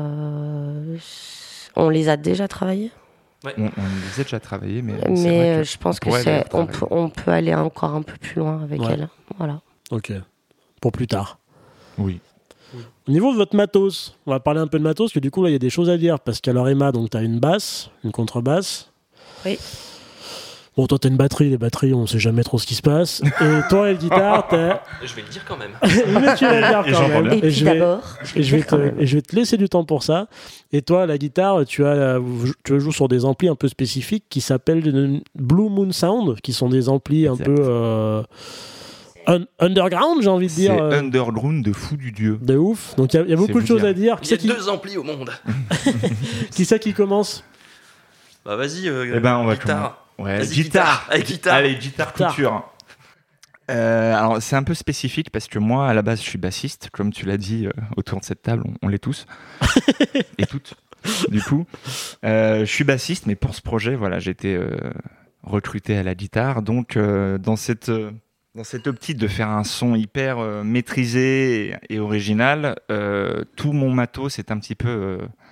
on les a déjà travaillés. Ouais. On les a déjà travaillés, mais je pense on peut aller encore un peu plus loin avec elle. Voilà. Ok. Pour plus tard. Oui. Au niveau de votre matos, on va parler un peu de matos, parce que du coup, là, il y a des choses à dire. Parce qu'alors, Emma, donc, tu as une basse, une contrebasse. Oui. Bon, toi, t'as une batterie. Les batteries, on sait jamais trop ce qui se passe. Et toi, la guitare, t'as... Je vais le dire quand même. Mais tu vas le dire quand même. Et puis d'abord... Et je vais te laisser du temps pour ça. Et toi, la guitare, tu joues sur des amplis un peu spécifiques qui s'appellent Blue Moon Sound, qui sont des amplis un peu... underground, j'ai envie de dire. C'est underground de fou du dieu. De ouf. Donc il y a beaucoup de choses à dire. Il y a 2 amplis au monde. Qui c'est qui commence? Bah vas-y, on va guitare. Ouais, guitare. Allez, guitare couture. Alors c'est un peu spécifique parce que moi, à la base, je suis bassiste. Comme tu l'as dit, autour de cette table, on l'est tous. Et toutes. Du coup, je suis bassiste, mais pour ce projet, voilà, j'ai été recruté à la guitare. Donc, dans cette optique de faire un son hyper maîtrisé et original, tout mon matos est un petit peu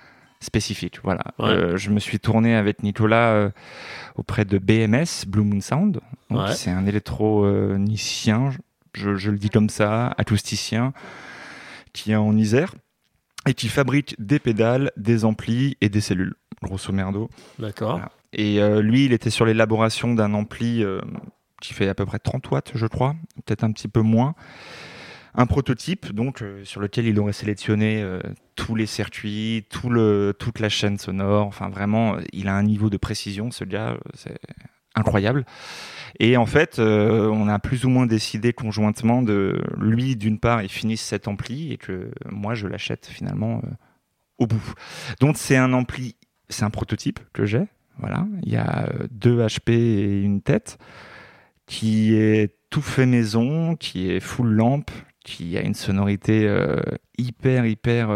spécifique. Voilà. Ouais. Je me suis tourné avec Nicolas auprès de BMS, Blue Moon Sound. Donc, Ouais. c'est un électronicien, je le dis comme ça, acousticien, qui est en Isère et qui fabrique des pédales, des amplis et des cellules, grosso merdo. D'accord. Voilà. Et lui, il était sur l'élaboration d'un ampli qui fait à peu près 30 watts, je crois, peut-être un petit peu moins. Un prototype, donc, sur lequel il aurait sélectionné tous les circuits, toute la chaîne sonore. Enfin, vraiment, il a un niveau de précision, ce gars, c'est incroyable. Et en fait, on a plus ou moins décidé conjointement de lui, d'une part, il finisse cet ampli et que moi, je l'achète finalement au bout. Donc, c'est un ampli, c'est un prototype que j'ai. Voilà, il y a 2 HP et une tête qui est tout fait maison, qui est full lampe, qui a une sonorité hyper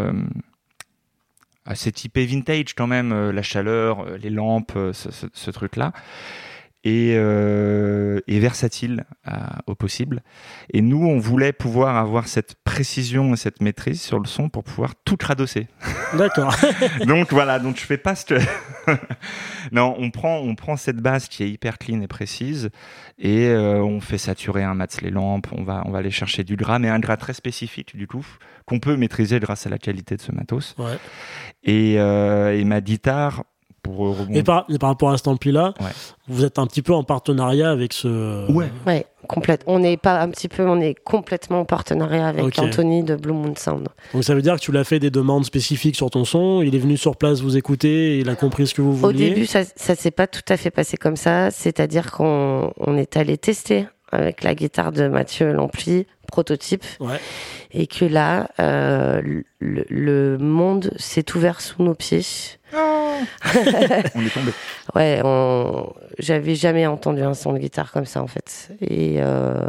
assez typée vintage quand même, la chaleur, les lampes, ce truc-là. Et versatile au possible. Et nous, on voulait pouvoir avoir cette précision et cette maîtrise sur le son pour pouvoir tout cradosser. D'accord. Donc voilà, donc je fais pas ce... Non, on prend cette base qui est hyper clean et précise et on fait saturer un max les lampes, on va aller chercher du gras, mais un gras très spécifique du coup, qu'on peut maîtriser grâce à la qualité de ce matos. Ouais. Et ma guitare... Et par rapport à cet ampli-là, ouais. vous êtes un petit peu en partenariat avec ce... Ouais. Complète. On est complètement en partenariat avec Anthony de Blue Moon Sound. Donc ça veut dire que tu lui as fait des demandes spécifiques sur ton son, il est venu sur place vous écouter, et il a compris ce que vous vouliez. Au début, ça s'est pas tout à fait passé comme ça, c'est-à-dire qu'on est allé tester avec la guitare de Mathieu l'ampli prototype, ouais. Et que là, le monde s'est ouvert sous nos pieds. On est tombé. Ouais, j'avais jamais entendu un son de guitare comme ça en fait. Et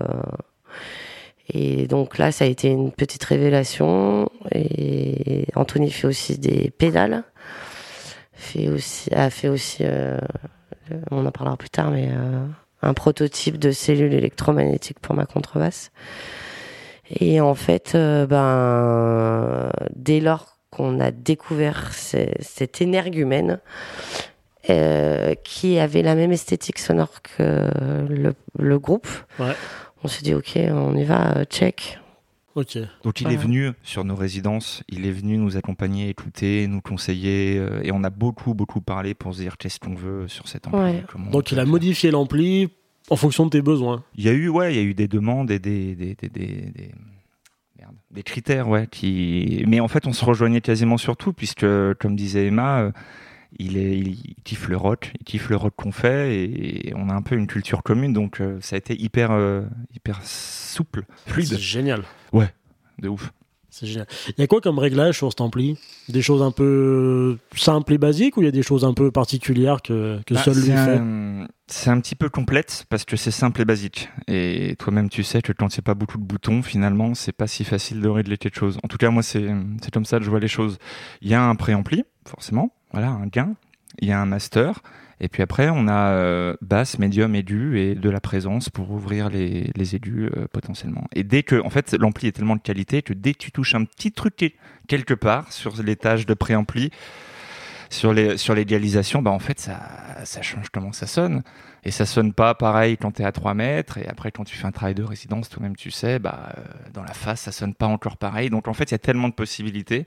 donc là, ça a été une petite révélation. Et Anthony fait aussi des pédales. A fait aussi, on en parlera plus tard, mais un prototype de cellule électromagnétique pour ma contrebasse. Et en fait, dès lors qu'on a découvert cet énergumène qui avait la même esthétique sonore que le groupe, ouais. On s'est dit ok, on y va, check. Ok. Donc il est venu sur nos résidences, il est venu nous accompagner, écouter, nous conseiller, et on a beaucoup parlé pour se dire qu'est-ce qu'on veut sur cet ampli. Ouais. Donc il a modifié l'ampli en fonction de tes besoins. Il y a eu des demandes et des critères, ouais. Mais en fait, on se rejoignait quasiment sur tout, puisque, comme disait Emma, il kiffe le rock qu'on fait, et on a un peu une culture commune, donc ça a été hyper souple, fluide. C'est génial. Ouais, de ouf. C'est génial. Il y a quoi comme réglage sur cet ampli ? Des choses un peu simples et basiques, ou il y a des choses un peu particulières que seul lui fait ? C'est un petit peu complète parce que c'est simple et basique. Et toi-même, tu sais que quand il n'y a pas beaucoup de boutons, finalement, c'est pas si facile de régler quelque chose. En tout cas, moi, c'est comme ça que je vois les choses. Il y a un préampli, forcément. Voilà, un gain. Il y a un master. Et puis après, on a basse, médium, aigu et de la présence pour ouvrir les aigus potentiellement. Et dès que, en fait, l'ampli est tellement de qualité que dès que tu touches un petit truc quelque part sur l'étage de préampli, sur l'égalisation, en fait, ça change comment ça sonne. Et ça sonne pas pareil quand t'es à 3 mètres. Et après, quand tu fais un travail de résidence, toi-même, tu sais, dans la face, ça sonne pas encore pareil. Donc, en fait, il y a tellement de possibilités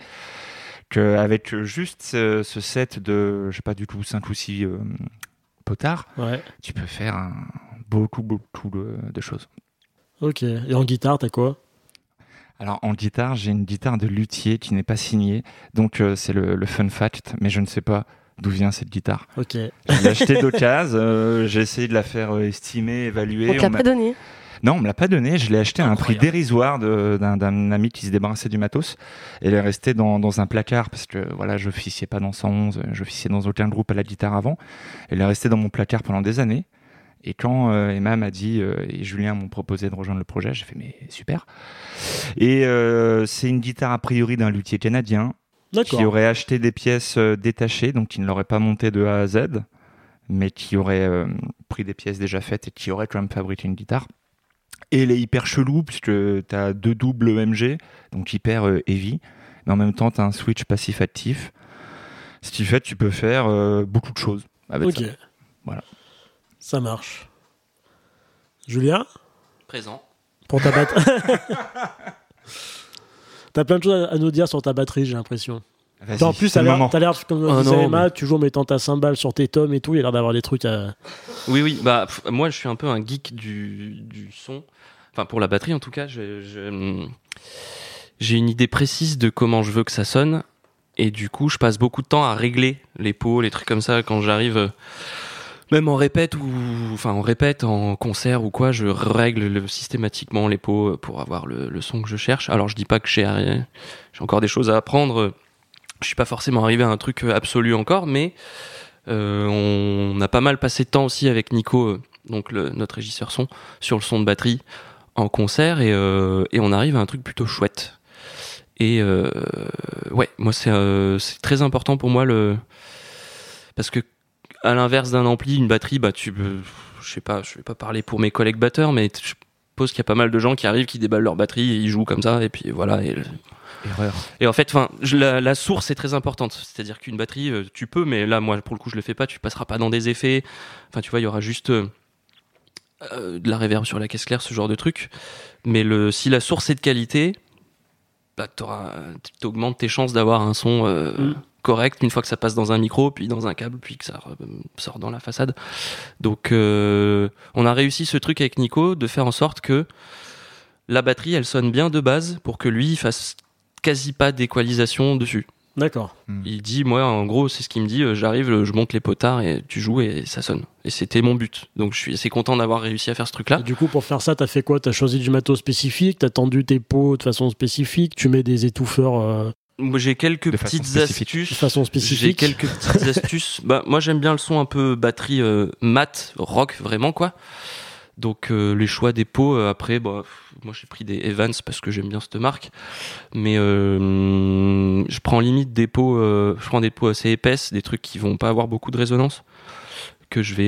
qu'avec juste ce set de, je sais pas du tout, 5 ou 6 potards, ouais. Tu peux faire beaucoup de choses. Ok. Et en guitare, t'as quoi ? Alors en guitare, j'ai une guitare de luthier qui n'est pas signée, donc c'est le fun fact, mais je ne sais pas d'où vient cette guitare. Ok. Je l'ai achetée d'occasion, j'ai essayé de la faire estimer, évaluer. On te l'a pas donné ? Non, on me l'a pas donné. Je l'ai acheté à un prix dérisoire d'un ami qui se débarrassait du matos. Elle est restée dans un placard parce que voilà, je officiais pas dans 111, je officiais dans aucun groupe à la guitare avant. Elle est restée dans mon placard pendant des années. Et quand Emma m'a dit et Julien m'ont proposé de rejoindre le projet, j'ai fait mais super. Et c'est une guitare a priori d'un luthier canadien qui aurait acheté des pièces détachées, donc qui ne l'aurait pas montée de A à Z, mais qui aurait pris des pièces déjà faites et qui aurait quand même fabriqué une guitare. Et elle est hyper chelou puisque t'as 2 doubles EMG, donc hyper heavy, mais en même temps t'as un switch passif-actif. Ce qui fait que tu peux faire beaucoup de choses avec ça. Voilà. Ça marche. Julien ? Présent. Pour ta batterie. T'as plein de choses à nous dire sur ta batterie, j'ai l'impression. Vas-y, En plus, t'as l'air, comme disait Emma, toujours mettant ta cymbale sur tes tomes et tout, il a l'air d'avoir des trucs à... Oui, bah, moi je suis un peu un geek du son. Enfin, pour la batterie en tout cas, j'ai une idée précise de comment je veux que ça sonne. Et du coup, je passe beaucoup de temps à régler les pots, les trucs comme ça quand j'arrive... Même en répète en concert ou quoi, je règle systématiquement les pots pour avoir le son que je cherche. Alors je dis pas que j'ai encore des choses à apprendre. Je suis pas forcément arrivé à un truc absolu encore, mais on a pas mal passé de temps aussi avec Nico, donc notre régisseur son, sur le son de batterie en concert et on arrive à un truc plutôt chouette. Et ouais, moi c'est très important pour moi parce que à l'inverse d'un ampli, une batterie, bah je vais pas parler pour mes collègues batteurs, mais je suppose qu'il y a pas mal de gens qui arrivent, qui déballent leur batterie et ils jouent comme ça, et puis voilà. Erreur. Et en fait, la source est très importante. C'est-à-dire qu'une batterie, tu peux, mais là, moi, pour le coup, je le fais pas. Tu passeras pas dans des effets. Enfin, tu vois, il y aura juste de la reverb sur la caisse claire, ce genre de truc. Mais si la source est de qualité, bah, t'augmentes tes chances d'avoir un son correct une fois que ça passe dans un micro, puis dans un câble, puis que ça sort dans la façade. Donc, on a réussi ce truc avec Nico de faire en sorte que la batterie, elle sonne bien de base pour que lui, il fasse quasi pas d'équalisation dessus. D'accord. Il dit, moi, en gros, c'est ce qu'il me dit, j'arrive, je monte les potards et tu joues et ça sonne. Et c'était mon but. Donc, je suis assez content d'avoir réussi à faire ce truc-là. Et du coup, pour faire ça, t'as fait quoi ? T'as choisi du matos spécifique ? T'as tendu tes pots de façon spécifique ? Tu mets des étouffeurs Moi, j'ai quelques petites astuces. De façon spécifique. J'ai quelques petites astuces. Bah, moi, j'aime bien le son un peu batterie mat, rock, vraiment, quoi. Donc les choix des pots, après, moi j'ai pris des Evans parce que j'aime bien cette marque, mais je prends limite des pots, je prends des pots assez épaisses, des trucs qui vont pas avoir beaucoup de résonance, que je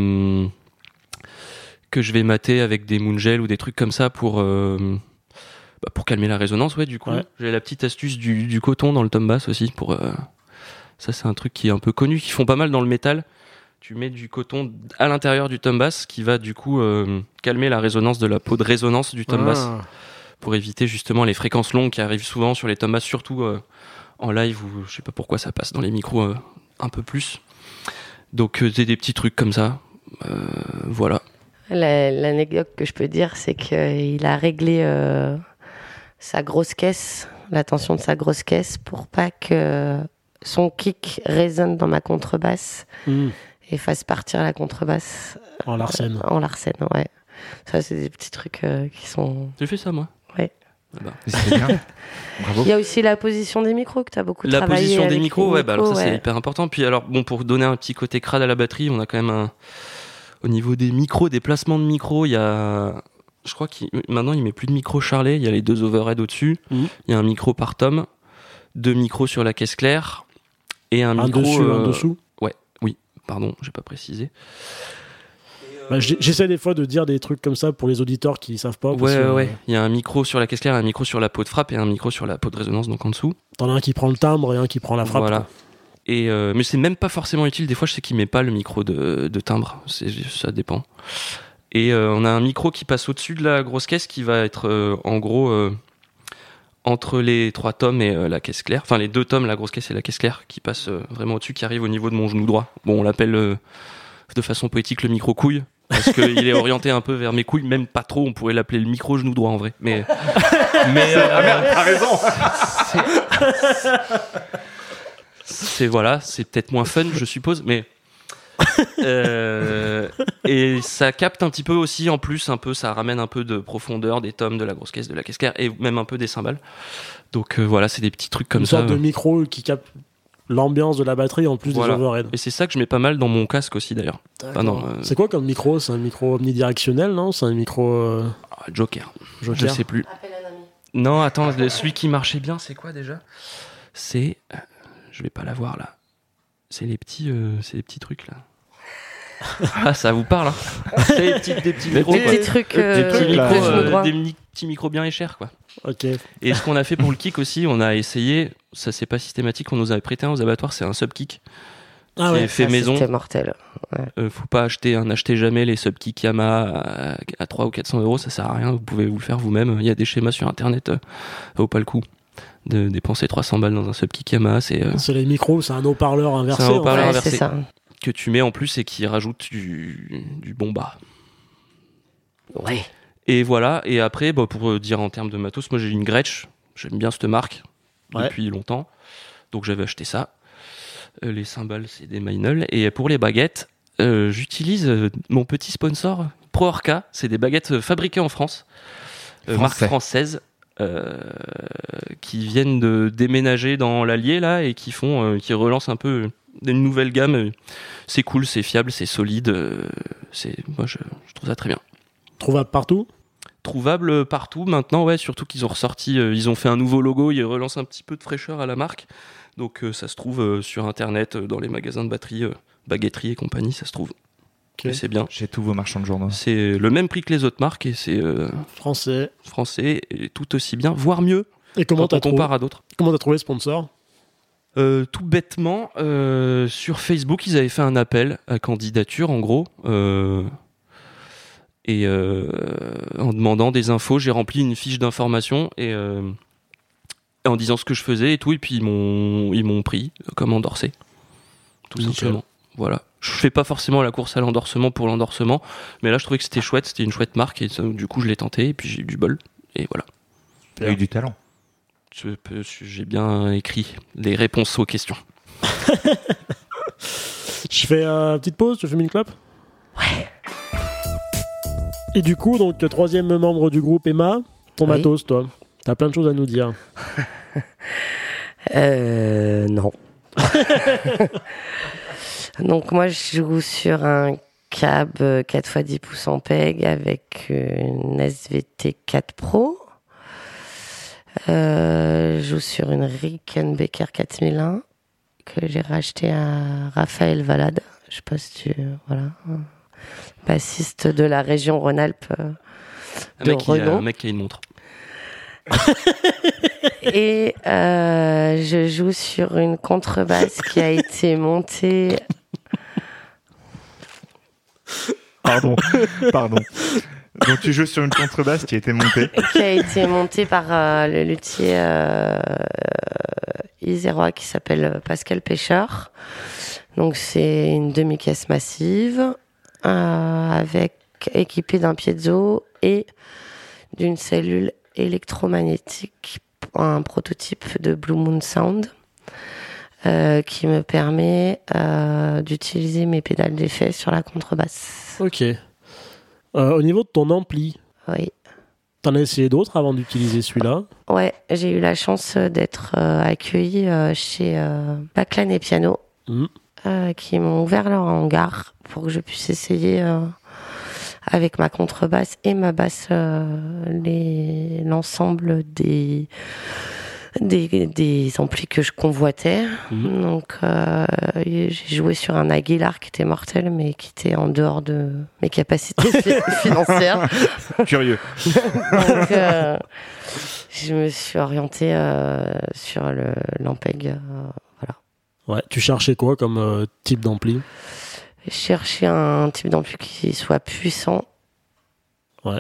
vais mater avec des Moongel ou des trucs comme ça pour calmer la résonance. Ouais, du coup, j'ai la petite astuce du coton dans le tom bass aussi pour ça, c'est un truc qui est un peu connu, qui font pas mal dans le métal. Tu mets du coton à l'intérieur du tom bass qui va du coup calmer la résonance de la peau de résonance du tom bass pour éviter justement les fréquences longues qui arrivent souvent sur les tom bass, surtout en live où je sais pas pourquoi ça passe dans les micros un peu plus. Donc c'est des petits trucs comme ça. Voilà. L'anecdote que je peux dire, c'est qu'il a réglé sa grosse caisse, la tension de sa grosse caisse pour pas que son kick résonne dans ma contrebasse. Et fasse partir la contrebasse en Larsen. Ouais. Ça, c'est des petits trucs qui sont... J'ai fait ça, moi. Ouais. Ah bah. C'est bien. Bravo. Il y a aussi la position des micros que tu as beaucoup travaillé. La position des micros, ouais, alors ça, c'est hyper important. Puis alors, bon, pour donner un petit côté crade à la batterie, on a quand même au niveau des micros, des placements de micros, il y a... Je crois maintenant, il met plus de micro Charlet. Il y a les 2 overheads au-dessus. Il y a un micro par tome, 2 micros sur la caisse claire et un micro... dessus, un dessous. Pardon, j'ai pas précisé. J'essaie des fois de dire des trucs comme ça pour les auditeurs qui savent pas. Ouais. Il y a un micro sur la caisse claire, un micro sur la peau de frappe et un micro sur la peau de résonance, donc en dessous. T'en as un qui prend le timbre et un qui prend la frappe. Voilà. Et mais c'est même pas forcément utile. Des fois, je sais qu'il met pas le micro de timbre. Ça dépend. Et on a un micro qui passe au-dessus de la grosse caisse qui va être en gros entre les 3 tomes et la caisse claire, enfin les 2 tomes, la grosse caisse et la caisse claire, qui passent vraiment au-dessus, qui arrive au niveau de mon genou droit. Bon, on l'appelle de façon poétique le micro couille, parce qu'il est orienté un peu vers mes couilles, même pas trop, on pourrait l'appeler le micro genou droit en vrai. Mais ah merde, t'as raison. C'est peut-être moins fun, je suppose, mais et ça capte un petit peu aussi en plus ça ramène un peu de profondeur des tomes, de la grosse caisse, de la caisse claire et même un peu des cymbales. Donc voilà, c'est des petits trucs comme ça. Une sorte de micro qui capte l'ambiance de la batterie en plus des overheads. Et c'est ça que je mets pas mal dans mon casque aussi d'ailleurs. C'est quoi comme micro ? C'est un micro omnidirectionnel, non ? C'est un micro Joker. Je sais plus. Non, attends, celui qui marchait bien, c'est quoi déjà ? C'est je vais pas l'avoir là. C'est les petits trucs là. Ah, ça vous parle, hein. C'est des petits micros, Des quoi. petits trucs. Des petits micros bien chers, quoi. Ok. Et ce qu'on a fait pour le kick aussi, on a essayé, ça c'est pas systématique, on nous avait prêté un aux abattoirs, c'est un sub-kick. Ah qui ouais. est fait maison. C'était mortel. Faut pas n'achetez jamais les sub-kicks Yamaha à 300 ou 400 euros, ça sert à rien, vous pouvez vous le faire vous-même. Il y a des schémas sur internet, ça vaut pas le coup de dépenser 300 balles dans un sub-kick Yamaha. C'est les micros, c'est un haut-parleur inversé. C'est un haut-parleur Ouais, inversé c'est ça. que tu mets en plus et qui rajoute du bon bas. Ouais. Et voilà, et après, pour dire en termes de matos, moi j'ai une Gretsch, j'aime bien cette marque depuis longtemps, donc j'avais acheté ça. Les cymbales, c'est des Meinl. Et pour les baguettes, j'utilise mon petit sponsor, Pro Orca. C'est des baguettes fabriquées en France, marque française, qui viennent de déménager dans l'Allier là et qui relancent un peu une nouvelle gamme. C'est cool, c'est fiable, c'est solide. Moi, je trouve ça très bien. Trouvable partout ? Trouvable partout maintenant, ouais, surtout qu'ils ont ressorti, ils ont fait un nouveau logo, ils relancent un petit peu de fraîcheur à la marque. Donc ça se trouve sur internet, dans les magasins de batterie, baguetterie et compagnie, ça se trouve. Okay. Et c'est bien. Chez tous vos marchands de journaux. C'est le même prix que les autres marques et c'est français et tout aussi bien, voire mieux. Et comment quand on compare à d'autres. Comment t'as trouvé sponsor ? Tout bêtement, sur Facebook, ils avaient fait un appel à candidature, en gros. Et en demandant des infos, j'ai rempli une fiche d'information et en disant ce que je faisais et tout, et puis ils m'ont pris comme endorsé, tout simplement. Voilà. Je fais pas forcément la course à l'endorsement pour l'endorsement, mais là je trouvais que c'était chouette, c'était une chouette marque et du coup je l'ai tenté et puis j'ai eu du bol et voilà. Tu as eu du talent. J'ai bien écrit les réponses aux questions. Je fais une petite pause, tu fais une clope ? Ouais. Et du coup, donc, troisième membre du groupe, Emma, ton matos, toi. T'as plein de choses à nous dire. Non. Donc, moi, je joue sur un cab 4x10 pouces en PEG avec une SVT 4 Pro. Je joue sur une Rickenbacker 4001 que j'ai racheté à Raphaël Valade. Je sais pas si tu... Voilà. Bassiste de la région Rhône-Alpes de Renault. Un mec qui a une montre. Et je joue sur une contrebasse qui a été montée... Pardon. Donc tu joues sur une contrebasse qui a été montée. Qui a été montée par le luthier isérois qui s'appelle Pascal Pêcheur. Donc c'est une demi-caisse massive équipée d'un piezo et d'une cellule électromagnétique, un prototype de Blue Moon Sound qui me permet d'utiliser mes pédales d'effet sur la contrebasse. Ok. Au niveau de ton ampli, oui. T'en as essayé d'autres avant d'utiliser celui-là ? Ouais, j'ai eu la chance d'être accueillie chez Baclan et Piano, qui m'ont ouvert leur hangar pour que je puisse essayer avec ma contrebasse et ma basse l'ensemble des amplis que je convoitais. Donc j'ai joué sur un Aguilar qui était mortel mais qui était en dehors de mes capacités financières. Curieux. Donc je me suis orientée sur l'Ampeg. Voilà. Ouais, tu cherchais quoi comme type d'ampli ? Je cherchais un type d'ampli qui soit puissant. Ouais.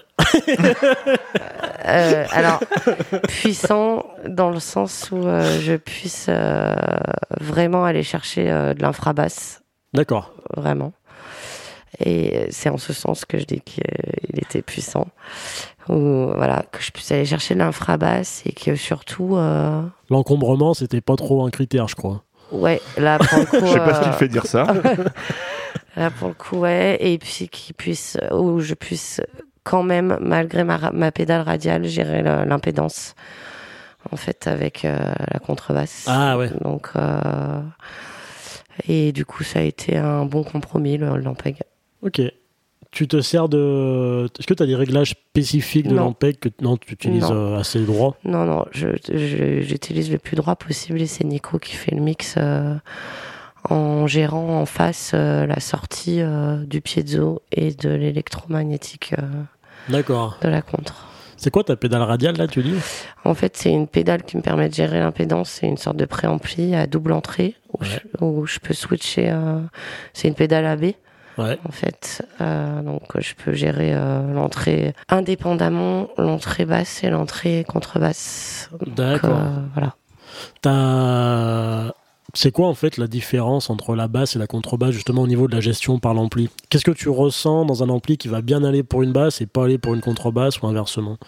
Alors, puissant dans le sens où je puisse vraiment aller chercher de l'infrabasse. D'accord. Vraiment. Et c'est en ce sens que je dis qu'il était puissant. Ou voilà, que je puisse aller chercher de l'infrabasse et que surtout... L'encombrement, c'était pas trop un critère, je crois. Ouais, là pour le coup... Je sais pas ce qui te fait dire ça. Là pour le coup, ouais. Et puis où je puisse... quand même, malgré ma pédale radiale, gérer l'impédance, en fait, avec la contrebasse. Ah ouais. Donc, et du coup, ça a été un bon compromis, l'Ampeg. Ok. Tu te sers de... Est-ce que tu as des réglages spécifiques de l'Ampeg que tu utilises assez droit ? Non, j'utilise le plus droit possible et c'est Nico qui fait le mix en gérant en face la sortie du piezo et de l'électromagnétique D'accord. de la contre. C'est quoi ta pédale radiale là, tu dis? En fait, c'est une pédale qui me permet de gérer l'impédance. C'est une sorte de préampli à double entrée où je peux switcher. C'est une pédale AB. Ouais. En fait, donc je peux gérer l'entrée indépendamment, l'entrée basse et l'entrée contrebasse. D'accord. Voilà. C'est quoi en fait la différence entre la basse et la contrebasse justement au niveau de la gestion par l'ampli? Qu'est-ce que tu ressens dans un ampli qui va bien aller pour une basse et pas aller pour une contrebasse ou inversement?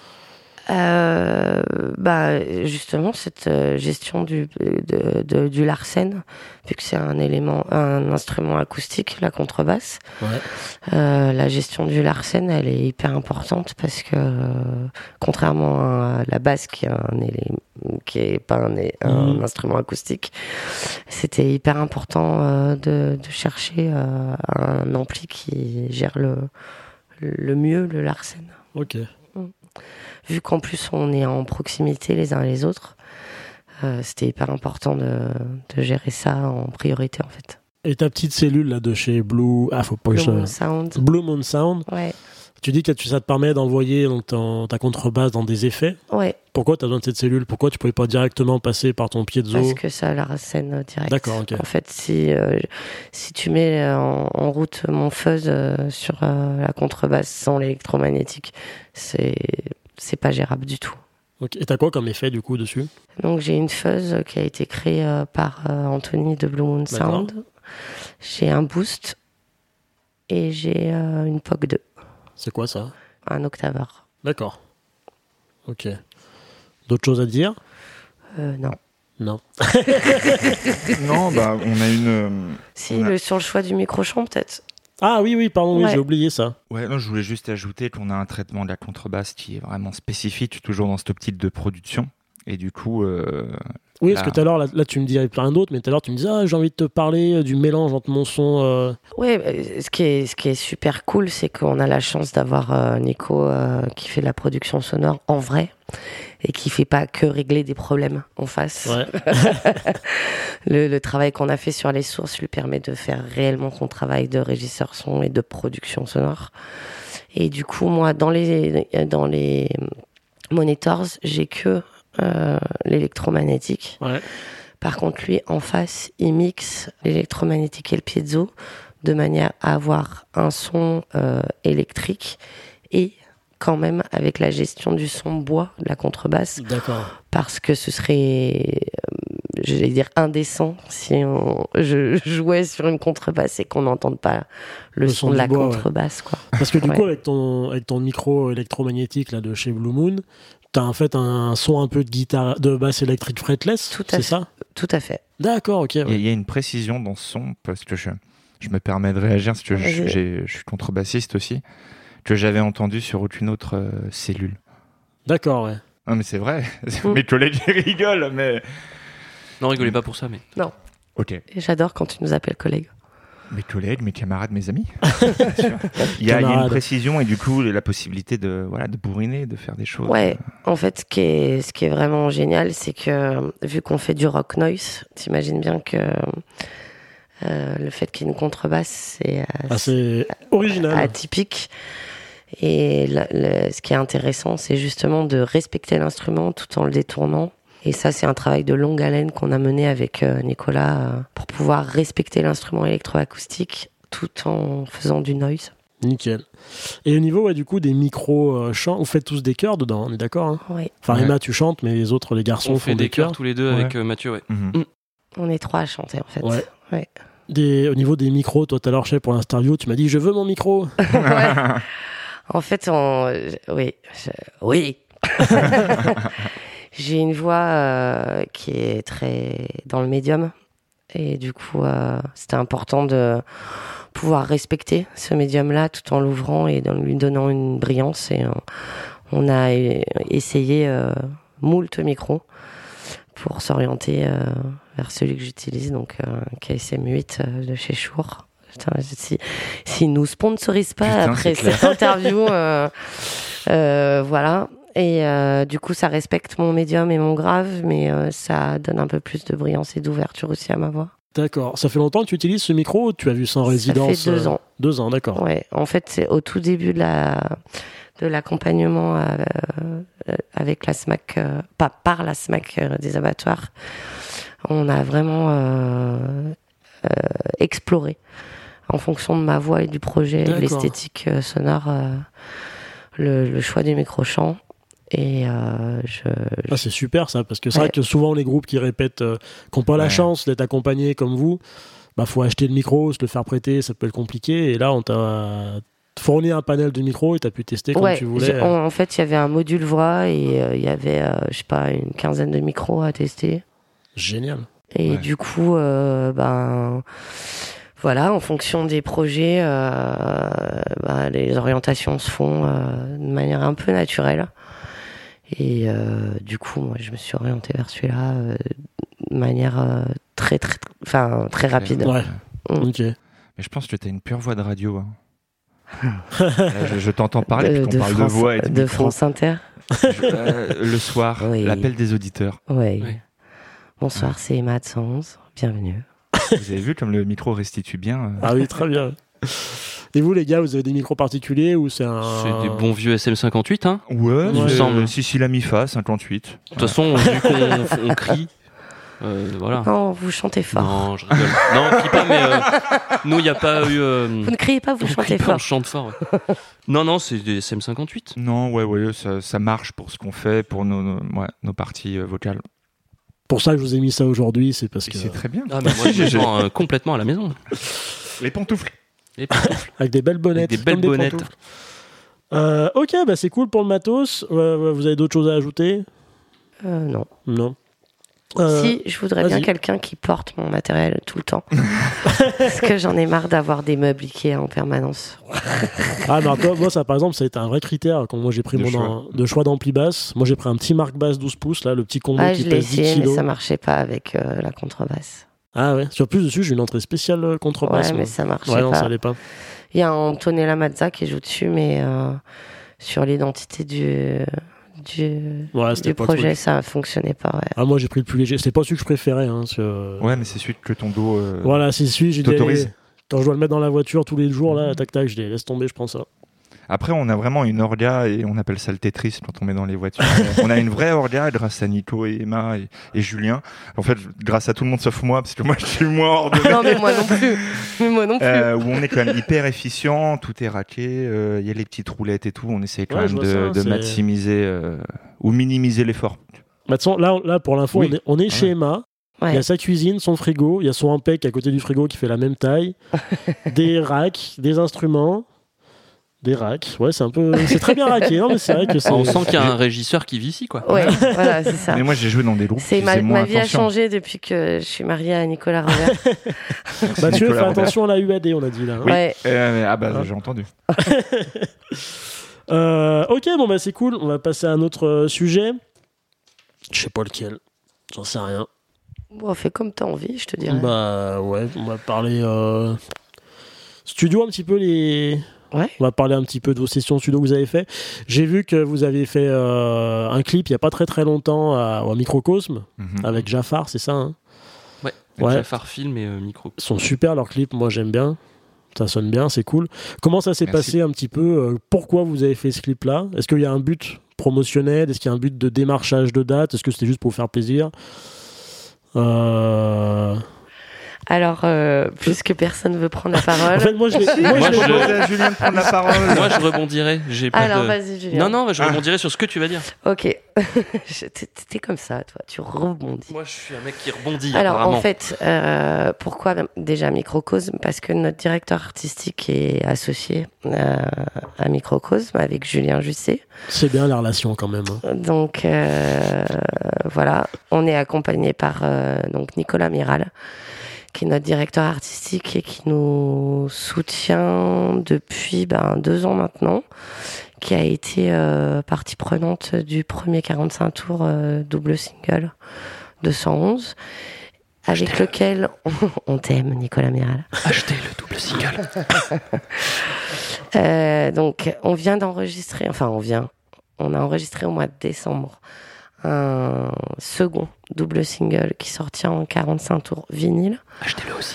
Justement cette gestion du Larsen, vu que c'est un instrument acoustique, la contrebasse. Ouais. La gestion du Larsen, elle est hyper importante parce que contrairement à la basse qui est pas un instrument acoustique, c'était hyper important de chercher un ampli qui gère le mieux le Larsen. Ok. Vu qu'en plus on est en proximité les uns les autres, c'était hyper important de gérer ça en priorité en fait. Et ta petite cellule là de chez Blue Moon Sound. Blue Moon Sound. Ouais. Tu dis que ça te permet d'envoyer donc ta contrebasse dans des effets. Ouais. Pourquoi tu as besoin de cette cellule? Pourquoi tu pouvais pas directement passer par ton piezo? Parce que ça la scène direct. D'accord, ok. En fait, si tu mets en route mon fuzz sur la contrebasse sans l'électromagnétique, c'est pas gérable du tout. Okay. Et t'as quoi comme effet du coup dessus? Donc j'ai une fuzz qui a été créée par Anthony de Blue Moon Sound. D'accord. J'ai un boost et j'ai une POC 2. C'est quoi ça? Un octaveur. D'accord. Ok. D'autres choses à dire? Non. Non. Non, on a une... sur le choix du micro-champ peut-être. Ah oui, pardon, oui, j'ai oublié ça. Ouais, non, je voulais juste ajouter qu'on a un traitement de la contrebasse qui est vraiment spécifique, toujours dans cette optique de production. Et du coup... oui, parce que tout à l'heure, là, tu me dis avec plein d'autres, mais tout à l'heure, tu me disais, j'ai envie de te parler du mélange entre mon son... Oui, ce qui est super cool, c'est qu'on a la chance d'avoir Nico qui fait de la production sonore en vrai et qui fait pas que régler des problèmes en face. Ouais. Le travail qu'on a fait sur les sources lui permet de faire réellement son travail de régisseur son et de production sonore. Et du coup, moi, dans les monitors, j'ai que l'électromagnétique. Ouais. Par contre, lui, en face, il mixe l'électromagnétique et le piezo de manière à avoir un son électrique et quand même avec la gestion du son bois de la contrebasse. D'accord. Parce que ce serait, j'allais dire, indécent si je jouais sur une contrebasse et qu'on n'entende pas le son de la bois, contrebasse. Ouais. Quoi. Parce que du coup, avec ton micro électromagnétique là, de chez Blue Moon, t'as en fait un son un peu de guitare, de basse électrique fretless, c'est ça? Tout à fait. D'accord, ok. Ouais. Il y a une précision dans ce son, parce que je me permets de réagir, parce que je suis contrebassiste aussi, que j'avais entendu sur aucune autre cellule. D'accord, ouais. Non, mais c'est vrai. Mes collègues rigolent, mais... Non, rigolez pas pour ça, mais... Non. Ok. Et j'adore quand tu nous appelles collègues. Mes collègues, mes camarades, mes amis. Il y a une précision et du coup la possibilité de bourriner, de faire des choses. Ouais, en fait, ce qui est vraiment génial, c'est que vu qu'on fait du rock noise, t'imagines bien que le fait qu'il y ait une contrebasse, c'est original, atypique. Et ce qui est intéressant, c'est justement de respecter l'instrument tout en le détournant. Et ça, c'est un travail de longue haleine qu'on a mené avec Nicolas pour pouvoir respecter l'instrument électroacoustique tout en faisant du noise. Nickel. Et au niveau du coup des micros chants, vous faites tous des chœurs dedans, on est d'accord hein? Oui. Enfin, Emma, tu chantes, mais les autres, les garçons, on fait des chœurs tous les deux avec Mathieu, ouais. Mm-hmm. On est 3 à chanter, en fait. Ouais. Au niveau des micros, toi, tout à l'heure, je sais, pour l'interview, tu m'as dit, je veux mon micro. Ouais. En fait, oui. J'ai une voix qui est très dans le médium. Et du coup, c'était important de pouvoir respecter ce médium-là tout en l'ouvrant et en lui donnant une brillance. Et on a essayé moult micros pour s'orienter vers celui que j'utilise, donc KSM8 de chez Shure. Putain, s'ils nous sponsorisent pas après cette interview, voilà. Et du coup, ça respecte mon médium et mon grave, mais ça donne un peu plus de brillance et d'ouverture aussi à ma voix. D'accord. Ça fait longtemps que tu utilises ce micro ou tu as vu ça en résidence? Ça fait 2 ans. 2 ans, d'accord. Ouais. En fait, c'est au tout début de l'accompagnement avec la SMAC, par la SMAC des abattoirs. On a vraiment exploré en fonction de ma voix et du projet, de l'esthétique sonore, le choix du micro-chant. Et c'est super ça, parce que c'est vrai que souvent les groupes qui répètent, qui n'ont pas la chance d'être accompagnés comme vous, faut acheter le micro, se le faire prêter, ça peut être compliqué. Et là, on t'a fourni un panel de micros et tu as pu tester comme tu voulais. En fait, il y avait un module voix et il y avait, je sais pas, une quinzaine de micros à tester. Génial. Et du coup, voilà, en fonction des projets, les orientations se font de manière un peu naturelle. Et du coup, moi, je me suis orientée vers celui-là de manière très rapide. Ouais. Ok. Mais je pense que tu as une pure voix de radio. Je t'entends parler, puis on parle de voix et de France Inter. Le soir, l'appel des auditeurs. Oui. Bonsoir, c'est Emma de 111. Bienvenue. Vous avez vu comme le micro restitue bien Ah oui, très bien. Et vous, les gars, vous avez des micros particuliers ou c'est des bons vieux SM58, hein? Ouais, il me semble. Si la mi-fa, 58. De toute façon, vu qu'on crie, voilà. Non, vous chantez fort. Non, je rigole. Non, on crie pas, mais nous, il n'y a pas eu... Vous ne criez pas, vous chantez fort. On chante fort, ouais. Non, c'est des SM58. Non, ça marche pour ce qu'on fait, pour nos parties vocales. Pour ça que je vous ai mis ça aujourd'hui, c'est parce que... C'est très bien. Ah, mais moi, je sens complètement à la maison. Les pantoufles. Avec des belles bonnettes. Avec des belles bonnettes. Ok, c'est cool pour le matos. Vous avez d'autres choses à ajouter? Non. Non. Si, je voudrais bien quelqu'un qui porte mon matériel tout le temps. Parce que j'en ai marre d'avoir des meubles Ikea en permanence. Ah, mais toi, moi, ça, par exemple, ça a été un vrai critère quand moi j'ai pris de choix d'ampli basse. Moi, j'ai pris un petit Mark Bass 12 pouces, là, le petit combo qui pèse 10 kilos. Mais ça marchait pas avec la contrebasse. Ah ouais, sur plus dessus, j'ai une entrée spéciale contrebasse. Ouais, mais ça marchait pas. Non, ça allait pas. Il y a Antonella Mazza qui joue dessus, mais sur l'identité du projet, ça fonctionnait pas. Ouais. Ah, moi, j'ai pris le plus léger. C'était pas celui que je préférais. Ouais, mais c'est celui que ton dos. Voilà, c'est celui j'ai t'autorise. Quand je dois le mettre dans la voiture tous les jours, là, tac, je les laisse tomber, je prends ça. Après, on a vraiment une orga et on appelle ça le Tetris quand on met dans les voitures. On a une vraie orga grâce à Nico et Emma et Julien. En fait, grâce à tout le monde sauf moi, parce que moi, je suis moins ordonné. Non, mais moi non plus. Où on est quand même hyper efficient, tout est raqué, il y a les petites roulettes et tout. On essaie quand même de maximiser ou minimiser l'effort. Bah, là, pour l'info, on est chez Emma. Ouais. Il y a sa cuisine, son frigo, il y a son Ampec à côté du frigo qui fait la même taille, des racks, des instruments. Des racks, c'est très bien raqué, non mais c'est vrai que c'est... On sent qu'il y a un régisseur qui vit ici, quoi. Ouais, voilà, c'est ça. Mais moi j'ai joué dans des groupes qui faisaient moins ma vie attention. a changé depuis que je suis mariée à Nicolas Robert. Mathieu, fais attention à la UAD, on a dit là. Oui. Ouais. J'ai entendu. Ok, c'est cool, on va passer à un autre sujet. Je sais pas lequel, j'en sais rien. Bon, fais comme t'as envie, je te dirais. On va parler studio un petit peu Ouais. On va parler un petit peu de vos sessions studio que vous avez fait. J'ai vu que vous avez fait un clip il n'y a pas très très longtemps au Microcosme avec Jafar, c'est ça hein? Ouais. Jafar Film et Microcosme. Ils sont super leurs clips, moi j'aime bien. Ça sonne bien, c'est cool. Comment ça s'est passé un petit peu pourquoi vous avez fait ce clip-là? Est-ce qu'il y a un but promotionnel? Est-ce qu'il y a un but de démarchage de date? Est-ce que c'était juste pour vous faire plaisir? Alors, puisque personne veut prendre la parole. En fait, moi, je demandé à Julien de prendre la parole. Moi, je rebondirais. Vas-y, Julien. Non, je rebondirais sur ce que tu vas dire. Ok. T'es comme ça, toi. Tu rebondis. Moi, je suis un mec qui rebondit. Alors, apparemment. en fait, pourquoi déjà Microcosme? Parce que notre directeur artistique est associé à Microcosme avec Julien Jusset. C'est bien la relation quand même. Donc, voilà. On est accompagné par donc Nicolas Miral, qui est notre directeur artistique et qui nous soutient depuis 2 ans maintenant, qui a été partie prenante du premier 45 tours double single de 111, avec lequel on t'aime, Nicolas Miral. Achetez le double single. Donc, on a enregistré au mois de décembre un second double single qui sortira en 45 tours vinyle. Achetez-le aussi.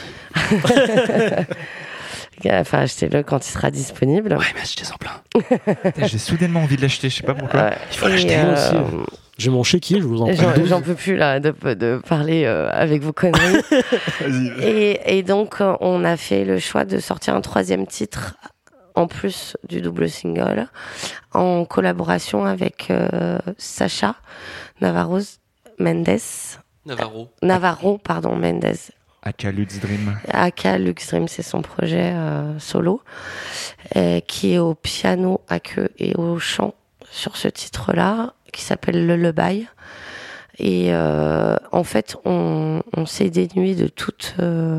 Enfin, achetez-le quand il sera disponible. Ouais, mais achetez-en plein. J'ai soudainement envie de l'acheter, je sais pas pourquoi. Il faut l'acheter. Moi aussi. J'ai mon chéquier, je vous en prie. J'en peux plus là de parler avec vos conneries. Et donc, on a fait le choix de sortir un 3e titre en plus du double single, en collaboration avec Sacha Navarro Mendes. Navarro, Mendes. Aka Lux Dream. Aka Lux Dream, c'est son projet solo, qui est au piano à queue et au chant sur ce titre-là, qui s'appelle Lullaby. Et en fait, on s'est dénué de toute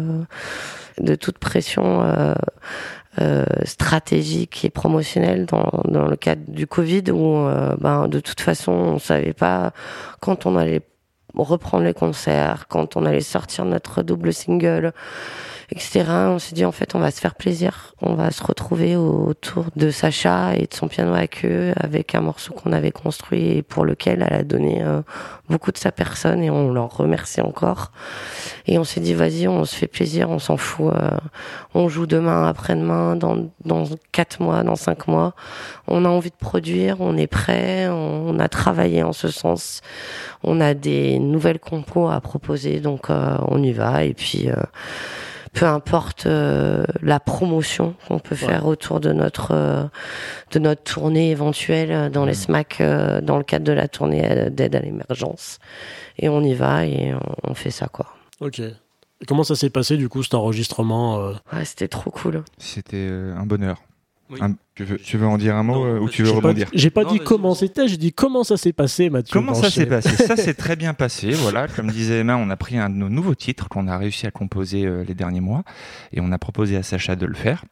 pression stratégique et promotionnelle dans le cadre du Covid, où de toute façon, on savait pas quand on allait reprendre les concerts, quand on allait sortir notre double single, etc. On s'est dit, en fait, on va se faire plaisir. On va se retrouver autour de Sacha et de son piano à queue avec un morceau qu'on avait construit et pour lequel elle a donné beaucoup de sa personne, et on leur remercie encore. Et on s'est dit, vas-y, on se fait plaisir, on s'en fout. On joue demain, après-demain, dans 4 mois, dans 5 mois. On a envie de produire, on est prêt, on a travaillé en ce sens. On a des nouvelles compos à proposer, donc on y va. Et puis, peu importe la promotion qu'on peut faire autour de notre tournée éventuelle dans les SMAC, dans le cadre de la tournée d'aide à l'émergence. Et on y va et on fait ça, quoi. Ok. Et comment ça s'est passé, du coup, cet enregistrement Ouais, c'était trop cool. C'était un bonheur. Oui. Tu veux en dire un mot ou tu veux rebondir? J'ai pas dit comment c'était, j'ai dit comment ça s'est passé, Mathieu. Comment ça s'est passé? Ça s'est très bien passé. Voilà, comme disait Emma, on a pris un de nos nouveaux titres qu'on a réussi à composer les derniers mois, et on a proposé à Sacha de le faire.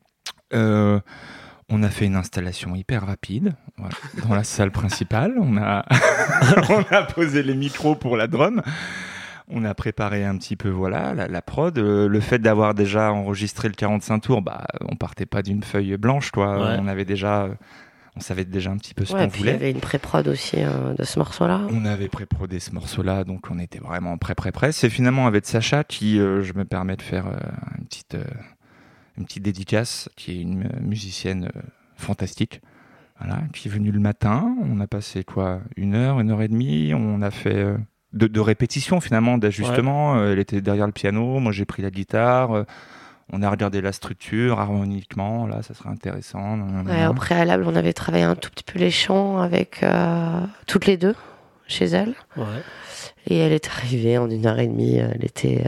On a fait une installation hyper rapide, voilà, dans la salle principale. On a posé les micros pour la drum. On a préparé un petit peu la prod. Le fait d'avoir déjà enregistré le 45 tours, on partait pas d'une feuille blanche, quoi. Ouais. On savait déjà un petit peu ce Ouais, qu'on puis voulait. il y avait une pré-prod aussi de ce morceau-là. On avait pré-prodé ce morceau-là, donc on était vraiment prêt. C'est finalement avec Sacha qui, je me permets de faire une petite dédicace, qui est une musicienne fantastique, voilà, qui est venue le matin. On a passé 1 heure et demie. On a fait de répétition finalement, d'ajustement. Ouais. Elle était derrière le piano, moi j'ai pris la guitare. On a regardé la structure harmoniquement, là ça serait intéressant. Ouais, au préalable, on avait travaillé un tout petit peu les chants avec toutes les deux chez elle. Ouais. Et elle est arrivée en 1 heure et demie. Elle était.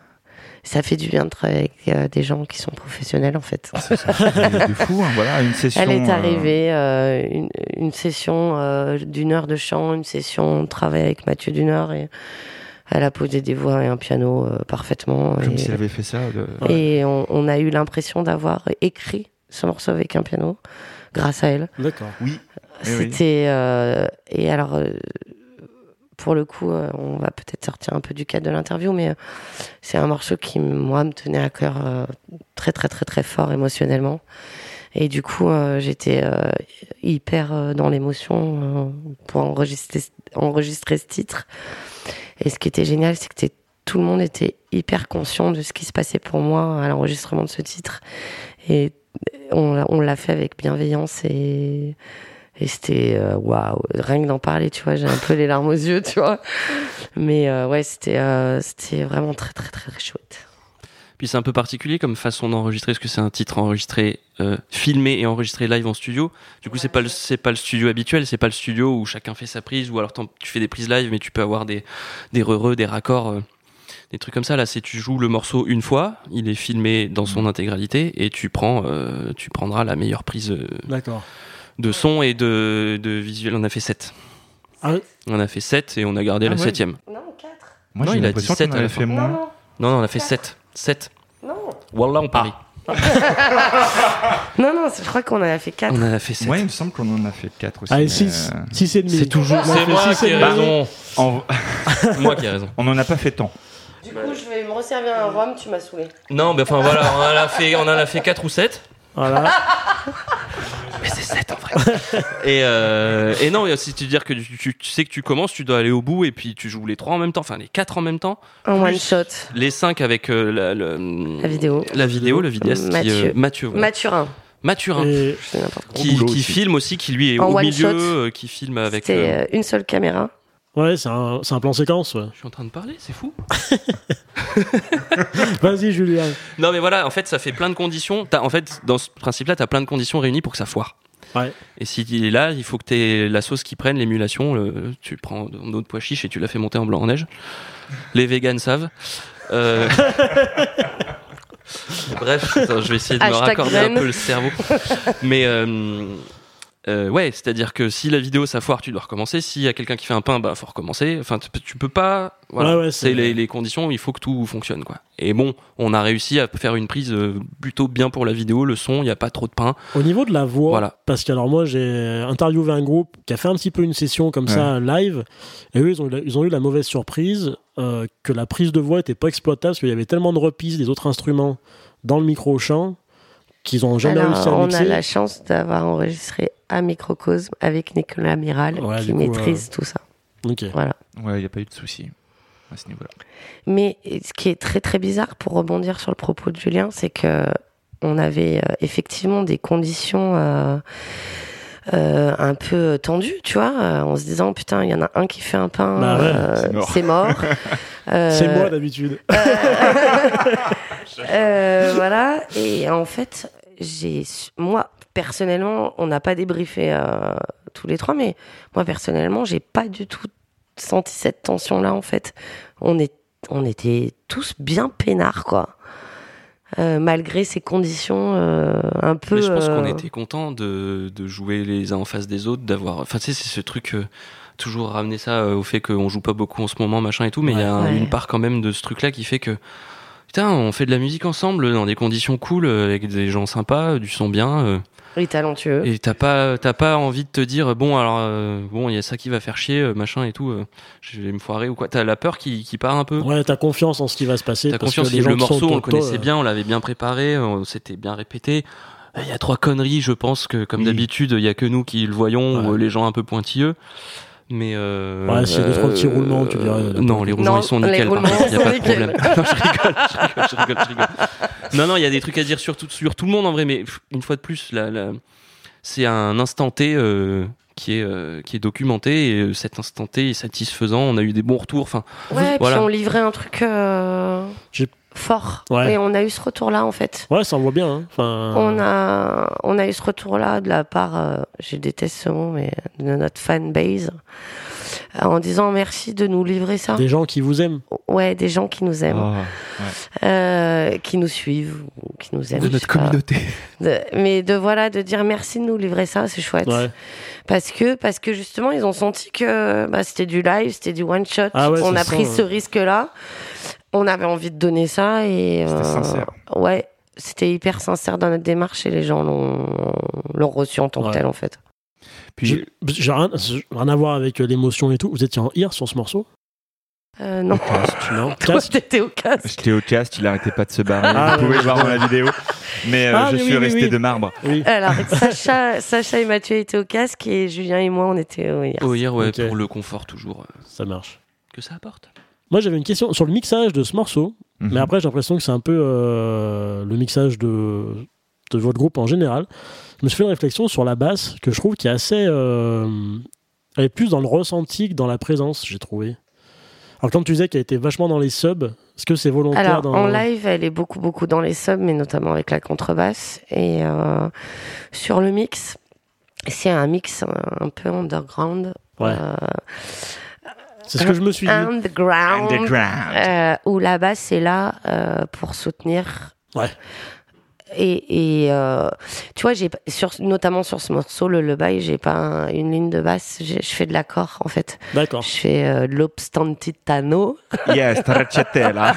Ça fait du bien de travailler avec des gens qui sont professionnels, en fait. C'est de fou, hein, voilà, une session. Elle est arrivée, une session d'1 heure de chant, une session de travail avec Mathieu Duneur, et elle a posé des voix et un piano parfaitement. Comme si elle avait fait ça. Et on a eu l'impression d'avoir écrit ce morceau avec un piano, grâce à elle. D'accord. Oui. C'était... et alors... pour le coup, on va peut-être sortir un peu du cadre de l'interview, mais c'est un morceau qui, moi, me tenait à cœur très, très, très, très fort émotionnellement. Et du coup, j'étais hyper dans l'émotion pour enregistrer ce titre. Et ce qui était génial, c'est que tout le monde était hyper conscient de ce qui se passait pour moi à l'enregistrement de ce titre. Et on l'a fait avec bienveillance et c'était waouh, rien que d'en parler, tu vois, j'ai un peu les larmes aux yeux, tu vois. Mais ouais, c'était vraiment très très très très chouette. Puis c'est un peu particulier comme façon d'enregistrer, parce que c'est un titre enregistré, filmé et enregistré live en studio. Du coup, c'est pas le studio habituel, c'est pas le studio où chacun fait sa prise, ou alors tu fais des prises live, mais tu peux avoir des re-re, des raccords, des trucs comme ça. Là, c'est tu joues le morceau une fois, il est filmé dans son intégralité, et tu prendras la meilleure prise. D'accord. De son et de visuel. On a fait 7. Ah ouais. On a fait 7 et on a gardé la 7ème. Non, 4. Moi, non, j'ai il a l'impression 17 qu'on à la avait fin. fait moins. Non, on a fait 7. 7. Non. Wallah, on parie. Non, je crois qu'on en a fait 4. On en a fait 7. Moi, il me semble qu'on en a fait 4 aussi. Allez, 6 et demi. C'est toujours. C'est moi qui ai raison. Moi qui ai raison. On n'en a pas fait tant. Du coup, je vais me resservir un rhum, tu m'as saoulé. Non, mais enfin voilà, on en a fait 4 ou 7. Voilà. Mais c'est 7 en vrai. Et non, c'est-à-dire que tu sais que tu commences, tu dois aller au bout et puis tu joues les 3 en même temps, enfin les 4 en même temps. En one shot. Les 5 avec la vidéo. La vidéo, le vidéaste Mathieu. Voilà. Mathurin. Et... Qui filme aussi, qui lui est en au one milieu, qui filme avec. C'est une seule caméra. Ouais, c'est un plan séquence. Ouais. Je suis en train de parler, c'est fou. Vas-y, Julien. Non, mais voilà, en fait, ça fait plein de conditions. En fait, dans ce principe-là, t'as plein de conditions réunies pour que ça foire. Ouais. Et si là, il faut que t'aies la sauce qui prenne, l'émulation. Tu prends d'autres pois chiches et tu la fais monter en blanc en neige. Les végans savent. Bref, attends, je vais essayer de me raccorder un peu le cerveau. Mais ouais, c'est-à-dire que si la vidéo ça foire, tu dois recommencer. S'il y a quelqu'un qui fait un pain, bah faut recommencer. Enfin, tu peux pas. Voilà, ouais, c'est les conditions. Il faut que tout fonctionne, quoi. Et bon, on a réussi à faire une prise plutôt bien pour la vidéo. Le son, il y a pas trop de pain. Au niveau de la voix, voilà. Parce que alors moi j'ai interviewé un groupe qui a fait un petit peu une session comme ça live, et eux ils ont eu la mauvaise surprise que la prise de voix était pas exploitable parce qu'il y avait tellement de reprises des autres instruments dans le micro chant qu'ils ont jamais réussi à mixer. On a la chance d'avoir enregistré à Microcosme avec Nicolas Amiral qui maîtrise tout ça. Ok. Voilà. Ouais, il n'y a pas eu de souci à ce niveau-là. Mais ce qui est très très bizarre, pour rebondir sur le propos de Julien, c'est que on avait effectivement des conditions un peu tendues, tu vois, en se disant putain, il y en a un qui fait un pain, c'est mort. C'est moi d'habitude. Voilà. Et en fait, moi personnellement, on n'a pas débriefé tous les 3, mais moi personnellement, j'ai pas du tout senti cette tension-là. En fait, on était tous bien peinards, quoi. Malgré ces conditions un peu. Mais je pense qu'on était contents de jouer les uns en face des autres, d'avoir. Enfin, tu sais, c'est ce truc. Toujours ramener ça au fait qu'on joue pas beaucoup en ce moment, machin et tout, mais il y a une part quand même de ce truc-là qui fait que. Putain, on fait de la musique ensemble dans des conditions cool, avec des gens sympas, du son bien. Et talentueux. Et t'as pas envie de te dire bon alors bon il y a ça qui va faire chier machin et tout, je vais me foirer ou quoi. T'as la peur qui part un peu. Ouais, t'as confiance en ce qui va se passer. T'as confiance. Que le morceau on le connaissait bien, on l'avait bien préparé, on s'était bien répété. Il y a 3 conneries, je pense que comme d'habitude il y a que nous qui le voyons ou les gens un peu pointilleux. Mais s'il y a 2-3 petits roulements, tu dirais. Non, les roulements ils sont nickel, par contre, il y a pas de problème. Non, je rigole. Non, il y a des trucs à dire sur tout le monde en vrai, mais une fois de plus, c'est un instant T qui est documenté, et cet instant T est satisfaisant. On a eu des bons retours. Enfin, ouais, voilà. Puis on livrait un truc fort. Ouais. Et on a eu ce retour-là, en fait. Ouais, ça envoie bien. Hein. Enfin... On a eu ce retour-là de la part, je déteste ce mot, mais de notre fanbase, en disant merci de nous livrer ça. Des gens qui vous aiment. Ouais, des gens qui nous aiment. Oh, ouais. Qui nous suivent, ou qui nous aiment. De notre communauté. Mais de dire merci de nous livrer ça, c'est chouette. Ouais. Parce que justement, ils ont senti que c'était du live, c'était du one shot. On a pris ce risque-là. On avait envie de donner ça et c'était sincère. Ouais, c'était hyper sincère dans notre démarche et les gens l'ont reçu en tant que tel en fait. Puis j'ai rien à voir avec l'émotion et tout. Vous étiez en ear sur ce morceau? Non. Toi, t'étais au casque. J'étais au casque, il arrêtait pas de se barrer. Vous pouvez le voir dans la vidéo. Mais je suis resté de marbre. Oui. Alors, Sacha et Mathieu étaient au casque et Julien et moi, on était au ear. Au ear, ouais, okay. Pour le confort toujours. Ça marche. Que ça apporte. Moi, j'avais une question sur le mixage de ce morceau, mais après, j'ai l'impression que c'est un peu le mixage de votre groupe en général. Je me suis fait une réflexion sur la basse que je trouve qui est assez... elle est plus dans le ressenti que dans la présence, j'ai trouvé. Alors, comme tu disais qu'elle était vachement dans les subs, est-ce que c'est volontaire? Alors, en live, elle est beaucoup, beaucoup dans les subs, mais notamment avec la contrebasse. Et sur le mix, c'est un mix un peu underground. Ouais. C'est ce que je me suis dit. Underground. Où la basse est là pour soutenir. Ouais. Et tu vois, notamment sur ce morceau, le bail, j'ai pas une ligne de basse, je fais de l'accord en fait. D'accord. Je fais l'obstantitano. Yes, stracciatella.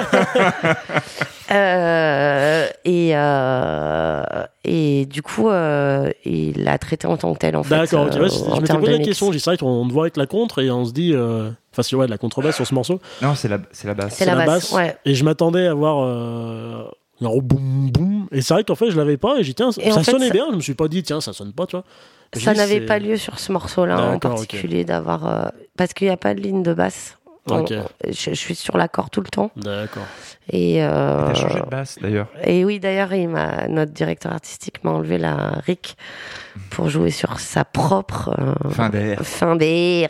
Et du coup, il l'a traité en tant que tel en fait. D'accord, ok. Ouais, je m'étais posé la question, c'est vrai qu'on te voit avec la contre et on se dit... Enfin, de la contrebasse sur ce morceau. Non, c'est la basse. C'est la basse, ouais. Et je m'attendais à voir... Genre boum boum. Et c'est vrai qu'en fait je l'avais pas et j'ai dit tiens, Et en ça fait, sonnait ça- bien. Je me suis pas dit tiens ça sonne pas, tu vois. J'ai Ça dit, n'avait c'est- pas lieu sur ce morceau-là en D'accord, particulier d'avoir parce qu'il n'y a pas de ligne de basse. Ok. Je suis sur l'accord tout le temps D'accord. et T'as changé de basse d'ailleurs. et oui, d'ailleurs, notre directeur artistique m'a enlevé la RIC pour jouer sur sa propre Fin d'air. fin d'air.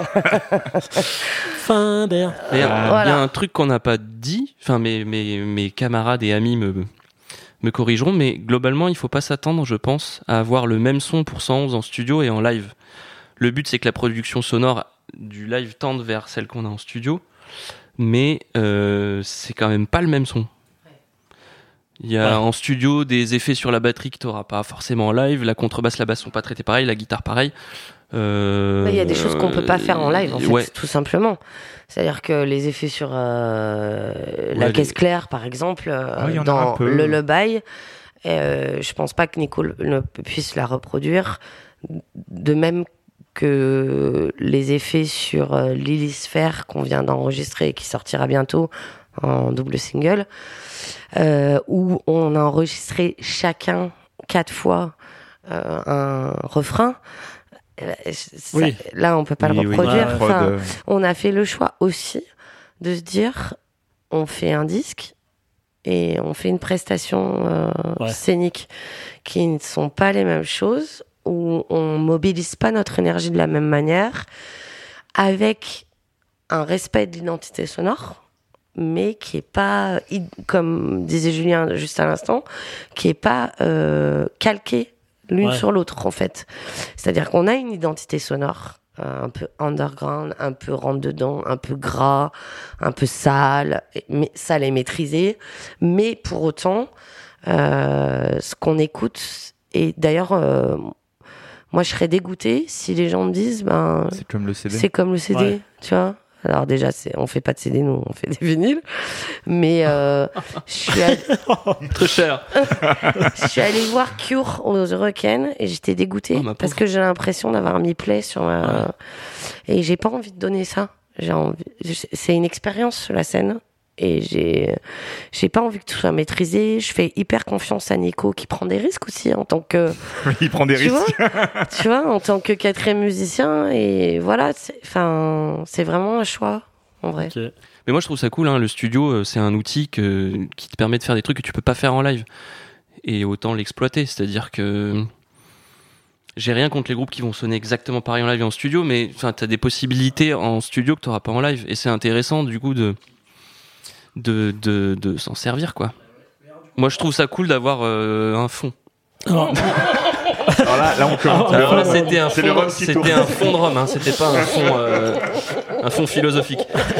Fin d'air. Et il y Voilà. a un truc qu'on n'a pas dit, enfin mes camarades et amis me corrigeront, mais globalement il faut pas s'attendre, je pense, à avoir le même son pour 111 en studio et en live. Le but c'est que la production sonore du live tende vers celle qu'on a en studio, mais c'est quand même pas le même son. Il y a en studio des effets sur la batterie que tu n'auras pas forcément en live, la contrebasse, la basse sont pas traités pareil, la guitare pareil. Il y a des choses qu'on peut pas faire en live, en fait, ouais. tout simplement. C'est-à-dire que les effets sur la caisse claire, par exemple, il y en a un dans peu. le Lullaby, je pense pas que Nico ne puisse la reproduire. De même que les effets sur Lilysphère qu'on vient d'enregistrer et qui sortira bientôt en double single, où on a enregistré chacun 4 fois un refrain. Oui. Là, on peut pas le Oui, reproduire. la Enfin, prod, on a fait le choix aussi de se dire, on fait un disque et on fait une prestation scénique qui ne sont pas les mêmes choses, où on mobilise pas notre énergie de la même manière, avec un respect de l'identité sonore, mais qui est pas, comme disait Julien juste à l'instant, qui est pas calqué l'une sur l'autre, en fait. C'est-à-dire qu'on a une identité sonore un peu underground, un peu rentre-dedans, un peu gras, un peu sale, mais sale et maîtrisé. Mais pour autant, ce qu'on écoute, et d'ailleurs, moi je serais dégoûtée si les gens me disent, c'est comme le CD. c'est comme le CD, tu vois. Alors déjà, on fait pas de CD, nous, on fait des vinyles. Mais je suis Très cher. je suis allée voir Cure aux Eurocaines et j'étais dégoûtée parce que j'ai l'impression d'avoir mis play sur et j'ai pas envie de donner ça. C'est une expérience sur la scène et j'ai pas envie que tout soit maîtrisé. Je fais hyper confiance à Nico qui prend des risques aussi en tant que Il prend des risques. tu vois, en tant que 4e musicien et voilà, c'est vraiment un choix en vrai. Ok. Mais moi je trouve ça cool, hein, le studio c'est un outil qui te permet de faire des trucs que tu peux pas faire en live et autant l'exploiter, c'est-à-dire que j'ai rien contre les groupes qui vont sonner exactement pareil en live et en studio, mais t'as des possibilités en studio que t'auras pas en live et c'est intéressant du coup de s'en servir quoi. Moi je trouve ça cool d'avoir un fond. Alors, Alors là, on commence. Alors là, c'était un c'est fond, le rhum qui tourne. c'était un fond de rhum, hein, c'était pas un fond philosophique.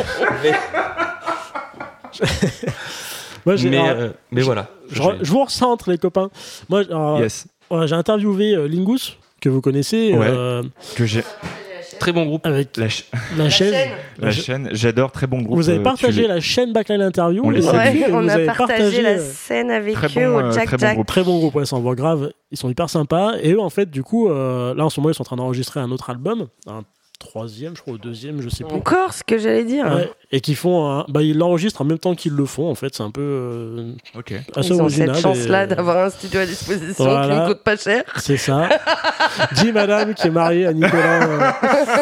moi, Mais voilà. je vous recentre, les copains. Moi, alors, Yes. voilà, j'ai interviewé Lingus, que vous connaissez, Ouais. Que j'ai Très bon groupe. avec la chaîne. chaîne. J'adore, très bon groupe. Vous avez partagé la chaîne Backline Interview. On les et salue. depuis, On vous a avez partagé la scène avec très eux bon, au Jack très bon Jack. groupe. Très bon groupe, ouais, ça envoie grave. Ils sont hyper sympas. Et eux, en fait, du coup, là, en ce moment, ils sont en train d'enregistrer un autre album, un 3e, je crois, ou 2e, je sais plus. Encore ce que j'allais dire. Ouais, et qui font ils l'enregistrent en même temps qu'ils le font, en fait. C'est un peu Ok. assez Ils ont original. cette chance-là et- d'avoir un studio à disposition qui Voilà. ne coûte pas cher. C'est ça. Dis madame qui est mariée à Nicolas.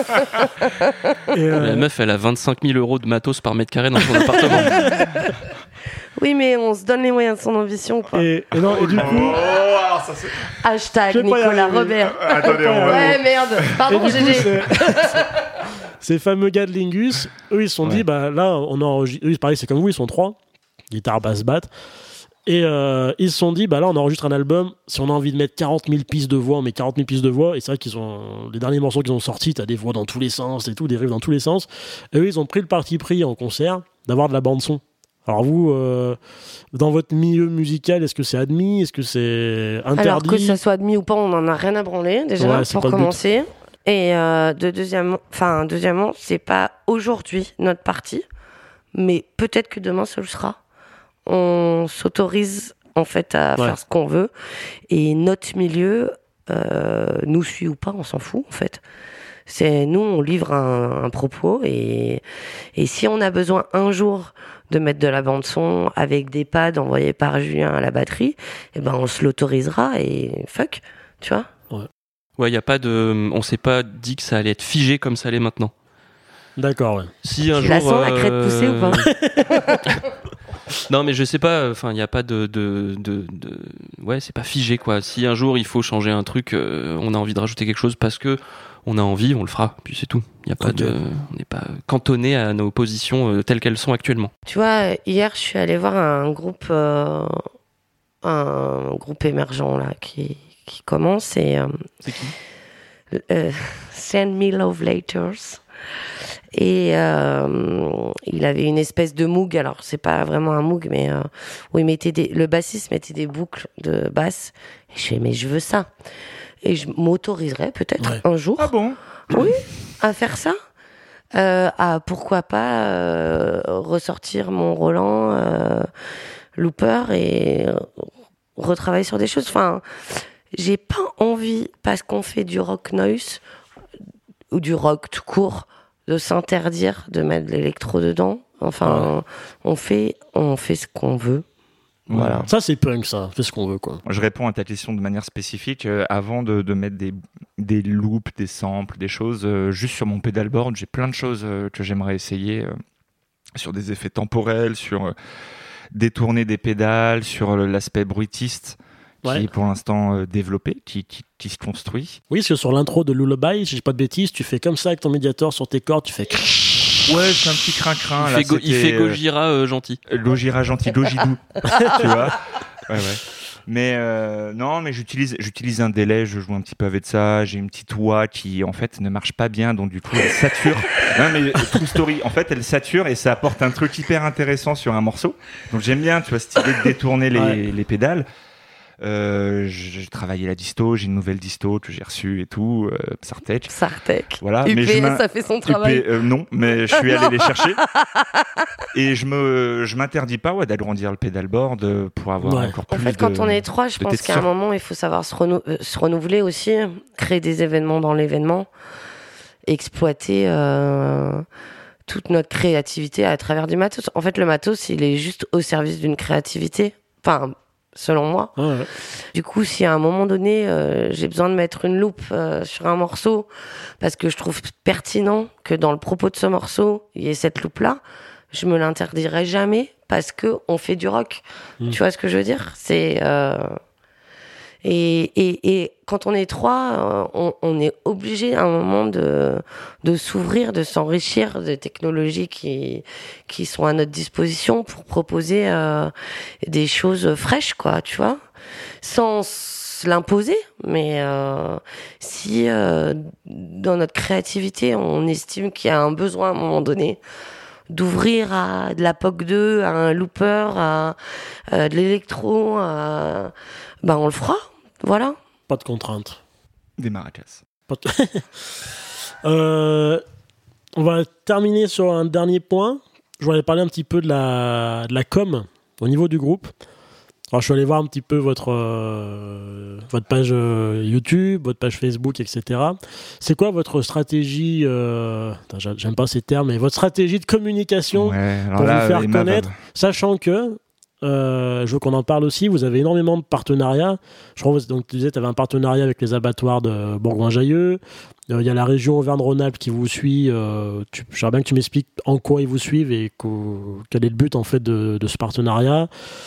La meuf, elle a 25 000 euros de matos par mètre carré dans son appartement. Oui, mais on se donne les moyens de son ambition, quoi. Et du coup, alors ça c'est. Hashtag Je vais pas y Nicolas arriver. Robert. Attendez, on va. Ouais, merde. Pardon, et du coup, GG. ces fameux gars de Lingus, eux, ils se sont dit, là, on enregistre. Eux, pareil, c'est comme vous, ils sont 3, guitare, basse, batte. Et ils se sont dit, là, on enregistre un album. Si on a envie de mettre 40 000 pistes de voix, on met 40 000 pistes de voix. Et c'est vrai qu'ils ont les derniers morceaux qu'ils ont sortis, t'as des voix dans tous les sens et tout, des riffs dans tous les sens. Et eux, ils ont pris le parti pris en concert d'avoir de la bande son. Alors vous, dans votre milieu musical, est-ce que c'est admis? Est-ce que c'est interdit? Alors que ça soit admis ou pas, on en a rien à branler déjà Ouais, c'est pour pas le but. commencer. Et deuxièmement, c'est pas aujourd'hui notre partie, mais peut-être que demain ce le sera. On s'autorise en fait à faire ce qu'on veut et notre milieu nous suit ou pas, on s'en fout en fait. Nous, on livre un propos et si on a besoin un jour de mettre de la bande son avec des pads envoyés par Julien à la batterie, on se l'autorisera et fuck, tu vois. Ouais, on s'est pas dit que ça allait être figé comme ça l'est maintenant. D'accord, ouais. Si un Tu jour. la sens la crête poussée ou pas? Non, mais je sais pas. Enfin, il y a pas ouais, c'est pas figé quoi. Si un jour il faut changer un truc, on a envie de rajouter quelque chose parce que on a envie, on le fera. Puis c'est tout. Il y a pas on n'est pas cantonné à nos positions telles qu'elles sont actuellement. Tu vois, hier, je suis allée voir un groupe émergent là qui commence et. C'est qui? Send Me Love Letters. Et il avait une espèce de Moog, alors c'est pas vraiment un Moog, mais où le bassiste mettait des boucles de basse. Et je fais, mais je veux ça. Et je m'autoriserais peut-être un jour. Ah bon? Oui, à faire ça. Pourquoi pas ressortir mon Roland Looper et retravailler sur des choses. Enfin, j'ai pas envie, parce qu'on fait du rock noise ou du rock tout court, de s'interdire de mettre de l'électro dedans. Enfin, on fait ce qu'on veut. Voilà. Ça, c'est punk, ça. On fait ce qu'on veut, quoi. Je réponds à ta question de manière spécifique. Avant de mettre des loops, des samples, des choses, juste sur mon pedalboard, j'ai plein de choses que j'aimerais essayer sur des effets temporels, sur détourner des pédales, sur l'aspect bruitiste qui est pour l'instant développé, qui se construit. Oui, parce que sur l'intro de Lullaby, si je dis pas de bêtises, tu fais comme ça avec ton médiator sur tes cordes, tu fais... Ouais, c'est un petit crin-crin. Il fait Gojira gentil. Gojira gentil, Gojidou. Tu vois? Ouais. Mais non, mais j'utilise un délai, je joue un petit peu avec ça. J'ai une petite voix qui en fait ne marche pas bien, donc du coup elle sature. Non mais true story, en fait elle sature et ça apporte un truc hyper intéressant sur un morceau. Donc j'aime bien, tu vois, cette idée de détourner les pédales. J'ai travaillé la disto, j'ai une nouvelle disto que j'ai reçue et tout, Psartec. Voilà, UPS, mais ça fait son travail. Non, mais je suis allé les chercher. Et je m'interdis pas d'agrandir le pedalboard pour avoir encore plus. En fait, quand on est trois, je pense qu'à un moment, il faut savoir se renouveler aussi, créer des événements dans l'événement, exploiter toute notre créativité à travers du matos. En fait, le matos, il est juste au service d'une créativité. Enfin, selon moi. Ouais. Du coup, si à un moment donné, j'ai besoin de mettre une loupe sur un morceau, parce que je trouve pertinent que dans le propos de ce morceau, il y ait cette loupe-là, je me l'interdirai jamais, parce que on fait du rock. Tu vois ce que je veux dire? C'est... Et quand on est trois, on est obligé à un moment de s'ouvrir, de s'enrichir de technologies qui sont à notre disposition pour proposer des choses fraîches, quoi, tu vois, sans l'imposer. Mais si dans notre créativité, on estime qu'il y a un besoin à un moment donné d'ouvrir à de la POC 2, à un looper, à de l'électro, on le fera. Voilà. Pas de contraintes. Des maracas. On va terminer sur un dernier point. Je voulais parler un petit peu de la com au niveau du groupe. Alors, je suis allé voir un petit peu votre page YouTube, votre page Facebook, etc. C'est quoi votre stratégie j'aime pas ces termes, mais votre stratégie de communication pour vous faire connaître, sachant que je veux qu'on en parle aussi. Vous avez énormément de partenariats. Je crois donc tu disais tu avais un partenariat avec les abattoirs de Bourgoin-Jallieu. Il y a la région Auvergne-Rhône-Alpes qui vous suit. J'aimerais bien que tu m'expliques en quoi ils vous suivent et quel est le but en fait de ce partenariat.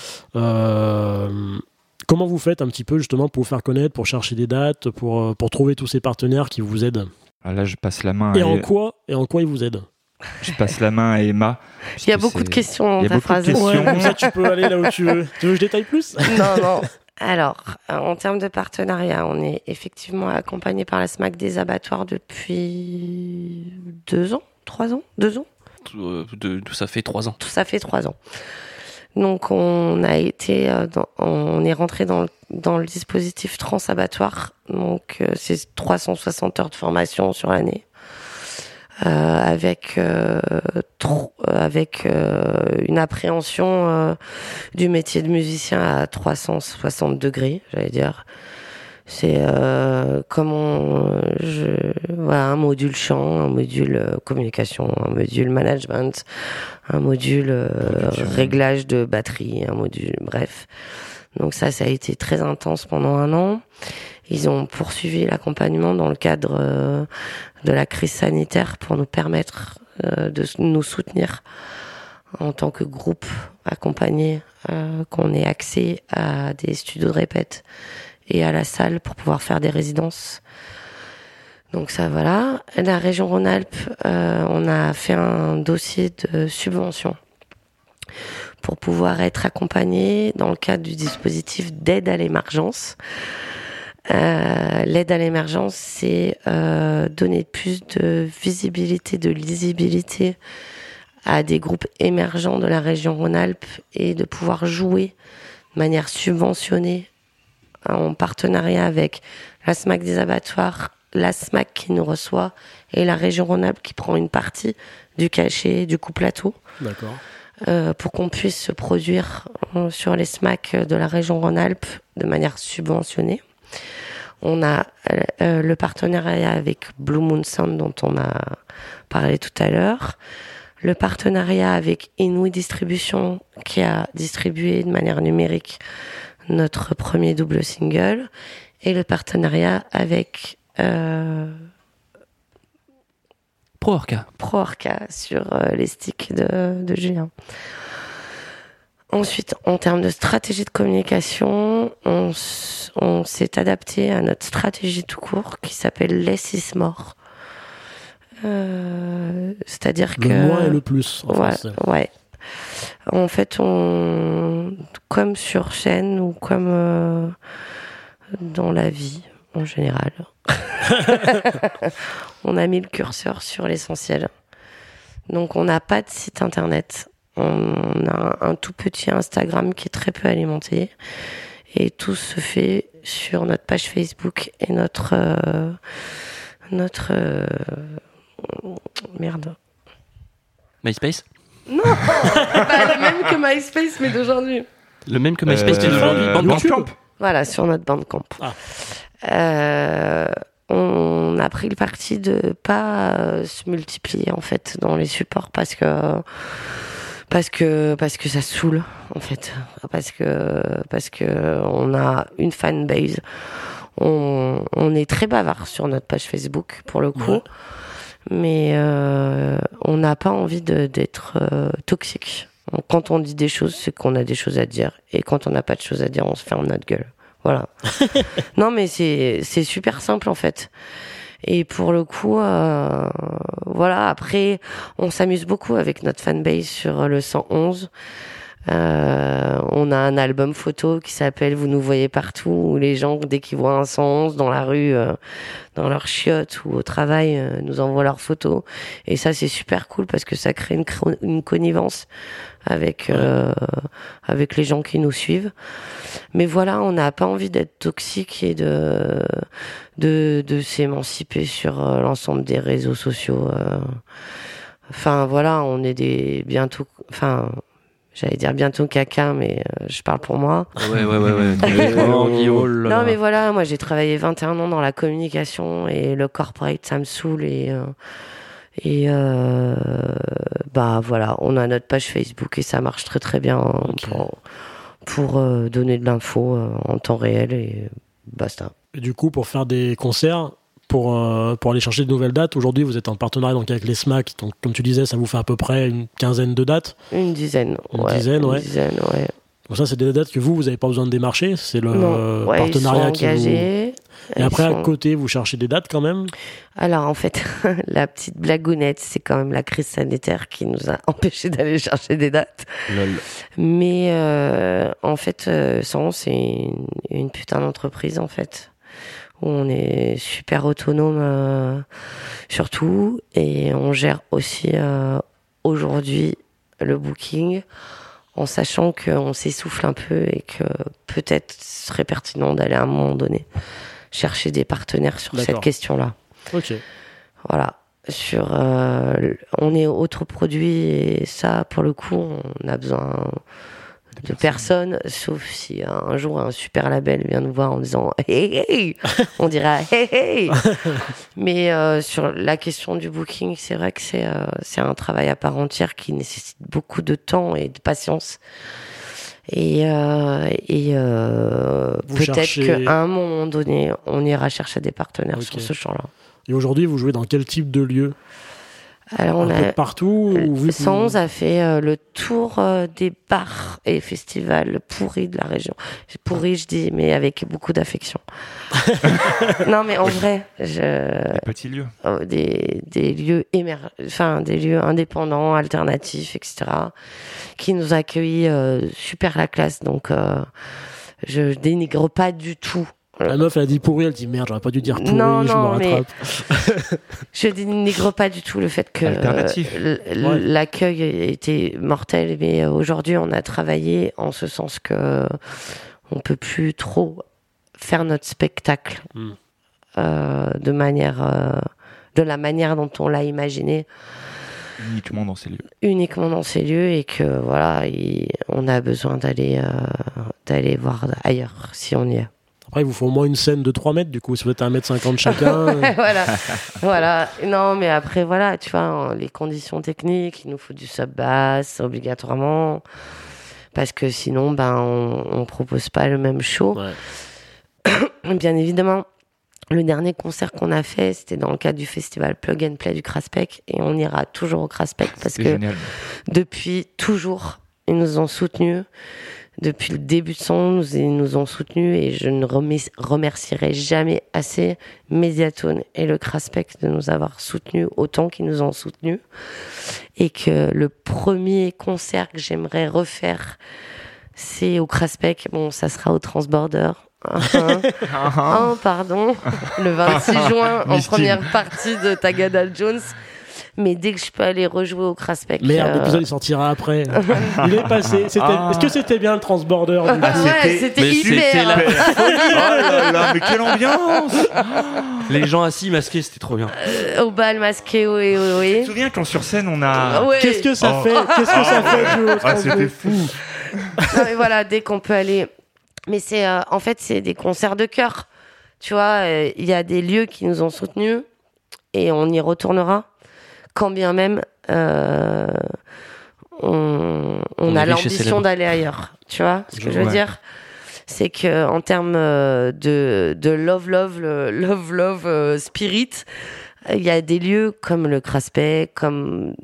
Comment vous faites un petit peu justement pour vous faire connaître, pour chercher des dates, pour trouver tous ces partenaires qui vous aident. Là, je passe la main. En quoi ils vous aident? Je passe la main à Emma. Il y a beaucoup de questions dans ta phrase. Ouais, comme ça, tu peux aller là où tu veux. Tu veux que je détaille plus? Non. Alors, en termes de partenariat, on est effectivement accompagné par la SMAC des abattoirs depuis 2 ans, 3 ans, 2 ans. Ça fait 3 ans. Ça fait 3 ans. Donc, on est rentré dans le dispositif Transabattoir. Donc, c'est 360 heures de formation sur l'année. Avec une appréhension du métier de musicien à 360 degrés, j'allais dire. C'est voilà, un module chant, un module communication, un module management, un module réglage de batterie, un module, bref. Donc ça a été très intense pendant 1 an. Ils ont poursuivi l'accompagnement dans le cadre de la crise sanitaire pour nous permettre de nous soutenir en tant que groupe accompagné, qu'on ait accès à des studios de répète et à la salle pour pouvoir faire des résidences. Donc ça, voilà. La région Rhône-Alpes, on a fait un dossier de subvention pour pouvoir être accompagné dans le cadre du dispositif d'aide à l'émergence. L'aide à l'émergence, c'est donner plus de visibilité, de lisibilité à des groupes émergents de la région Rhône-Alpes et de pouvoir jouer de manière subventionnée en partenariat avec la SMAC des abattoirs, la SMAC qui nous reçoit et la région Rhône-Alpes qui prend une partie du cachet du coût plateau. D'accord. Pour qu'on puisse se produire sur les SMAC de la région Rhône-Alpes de manière subventionnée. On a le partenariat avec Blue Moon Sound dont on a parlé tout à l'heure. Le partenariat avec Inouï Distribution qui a distribué de manière numérique notre premier double single. Et le partenariat avec ProOrca sur les sticks de Julien. Ensuite, en termes de stratégie de communication, on s'est adapté à notre stratégie tout court qui s'appelle Less is more. C'est-à-dire que... Le moins et le plus, en français. Ouais. En fait, comme sur chaîne ou comme dans la vie en général, on a mis le curseur sur l'essentiel. Donc, on n'a pas de site internet. On a un tout petit Instagram qui est très peu alimenté. Et tout se fait sur notre page Facebook et notre merde. MySpace? Non, le même que MySpace mais d'aujourd'hui. Le même que MySpace d'aujourd'hui. Bandcamp. Voilà, sur notre Bandcamp. On a pris le parti de pas se multiplier en fait dans les supports parce que ça saoule en fait, parce que on a une fanbase. On est très bavard sur notre page Facebook pour le coup. Ouais. Mais on n'a pas envie d'être toxique. Donc, quand on dit des choses, c'est qu'on a des choses à dire. Et quand on n'a pas de choses à dire, on se ferme notre gueule. Voilà. Non, mais c'est super simple, en fait. Et pour le coup, voilà. Après, on s'amuse beaucoup avec notre fanbase sur le 111. On a un album photo qui s'appelle Vous nous voyez partout, où les gens, dès qu'ils voient un 111 dans la rue, dans leur chiotte ou au travail, nous envoient leurs photos. Et ça, c'est super cool parce que ça crée une connivence avec les gens qui nous suivent. Mais voilà, on n'a pas envie d'être toxique et de s'émanciper sur l'ensemble des réseaux sociaux. Enfin, voilà, on est j'allais dire bientôt caca, mais je parle pour moi. Ouais. Non, mais voilà, moi j'ai travaillé 21 ans dans la communication et le corporate, ça me saoule bah voilà, on a notre page Facebook et ça marche très très bien pour donner de l'info en temps réel et basta. Et du coup, pour faire des concerts, pour aller chercher de nouvelles dates, aujourd'hui vous êtes en partenariat donc avec les SMAC, donc comme tu disais, ça vous fait à peu près une quinzaine de dates. Une dizaine, ouais. Donc ça, c'est des dates que vous n'avez pas besoin de démarcher, c'est le partenariat qui vous... Et après, à côté, vous cherchez des dates quand même? Alors, en fait, la petite blagounette, c'est quand même la crise sanitaire qui nous a empêchés d'aller chercher des dates. Lol. Mais en fait, c'est une putain d'entreprise, en fait, où on est super autonome, surtout, et on gère aussi aujourd'hui le booking, en sachant qu'on s'essouffle un peu et que peut-être ce serait pertinent d'aller à un moment donné chercher des partenaires sur cette question-là. Ok. Voilà. On est autoproduit et ça, pour le coup, on a besoin de personnes, sauf si un jour un super label vient nous voir en disant hey, hey, on dira hey, hey. Mais sur la question du booking, c'est vrai que c'est un travail à part entière qui nécessite beaucoup de temps et de patience. Et peut-être qu'à un moment donné, on ira chercher des partenaires sur ce champ-là. Et aujourd'hui, vous jouez dans quel type de lieu ? Alors on a partout. 111 a fait le tour des bars et festivals pourris de la région. Pourris, je dis, mais avec beaucoup d'affection. Non, mais en vrai, des petits lieux, des lieux des lieux indépendants, alternatifs, etc., qui nous accueillent super la classe. Donc, je dénigre pas du tout. La meuf, elle a dit pourri, elle dit merde, j'aurais pas dû dire pourri, je me rattrape. Je dénigre pas du tout le fait que l'accueil était mortel, mais aujourd'hui, on a travaillé en ce sens que on peut plus trop faire notre spectacle de la manière dont on l'a imaginé. Uniquement dans ces lieux. Et que voilà, on a besoin d'aller voir ailleurs si on y est. Après, il vous faut au moins une scène de 3 mètres, du coup, si vous êtes à 1m50 chacun. Voilà. Non, mais après, voilà, tu vois, les conditions techniques, il nous faut du sub-bass, obligatoirement. Parce que sinon, on propose pas le même show. Ouais. Bien évidemment, le dernier concert qu'on a fait, c'était dans le cadre du festival Plug and Play du Craspec. Et on ira toujours au Craspec parce que depuis toujours, ils nous ont soutenus. Depuis le début de son, ils nous ont soutenus et je ne remercierai jamais assez Mediatone et le Craspec de nous avoir soutenus autant qu'ils nous ont soutenus. Et que le premier concert que j'aimerais refaire, c'est au Craspec. Bon, ça sera au Transborder. Pardon. Le 26 juin, en première partie de Tagada Jones. Mais dès que je peux aller rejouer au Craspec... Merde, l'épisode il sortira après. Il est passé. Est-ce que c'était bien le Transborder du coup c'était hyper. Oh là, mais quelle ambiance. Les gens assis masqués, c'était trop bien. Au bal masqué, oui. Tu te souviens quand sur scène on a... Qu'est-ce que ça fait c'était fou. Non mais voilà, dès qu'on peut aller... Mais c'est en fait, c'est des concerts de cœur. Tu vois, il y a des lieux qui nous ont soutenus et on y retournera. Quand bien même on a l'ambition d'aller ailleurs, tu vois ce que je veux dire, c'est que en termes de love spirit, il y a des lieux comme le Craspec, comme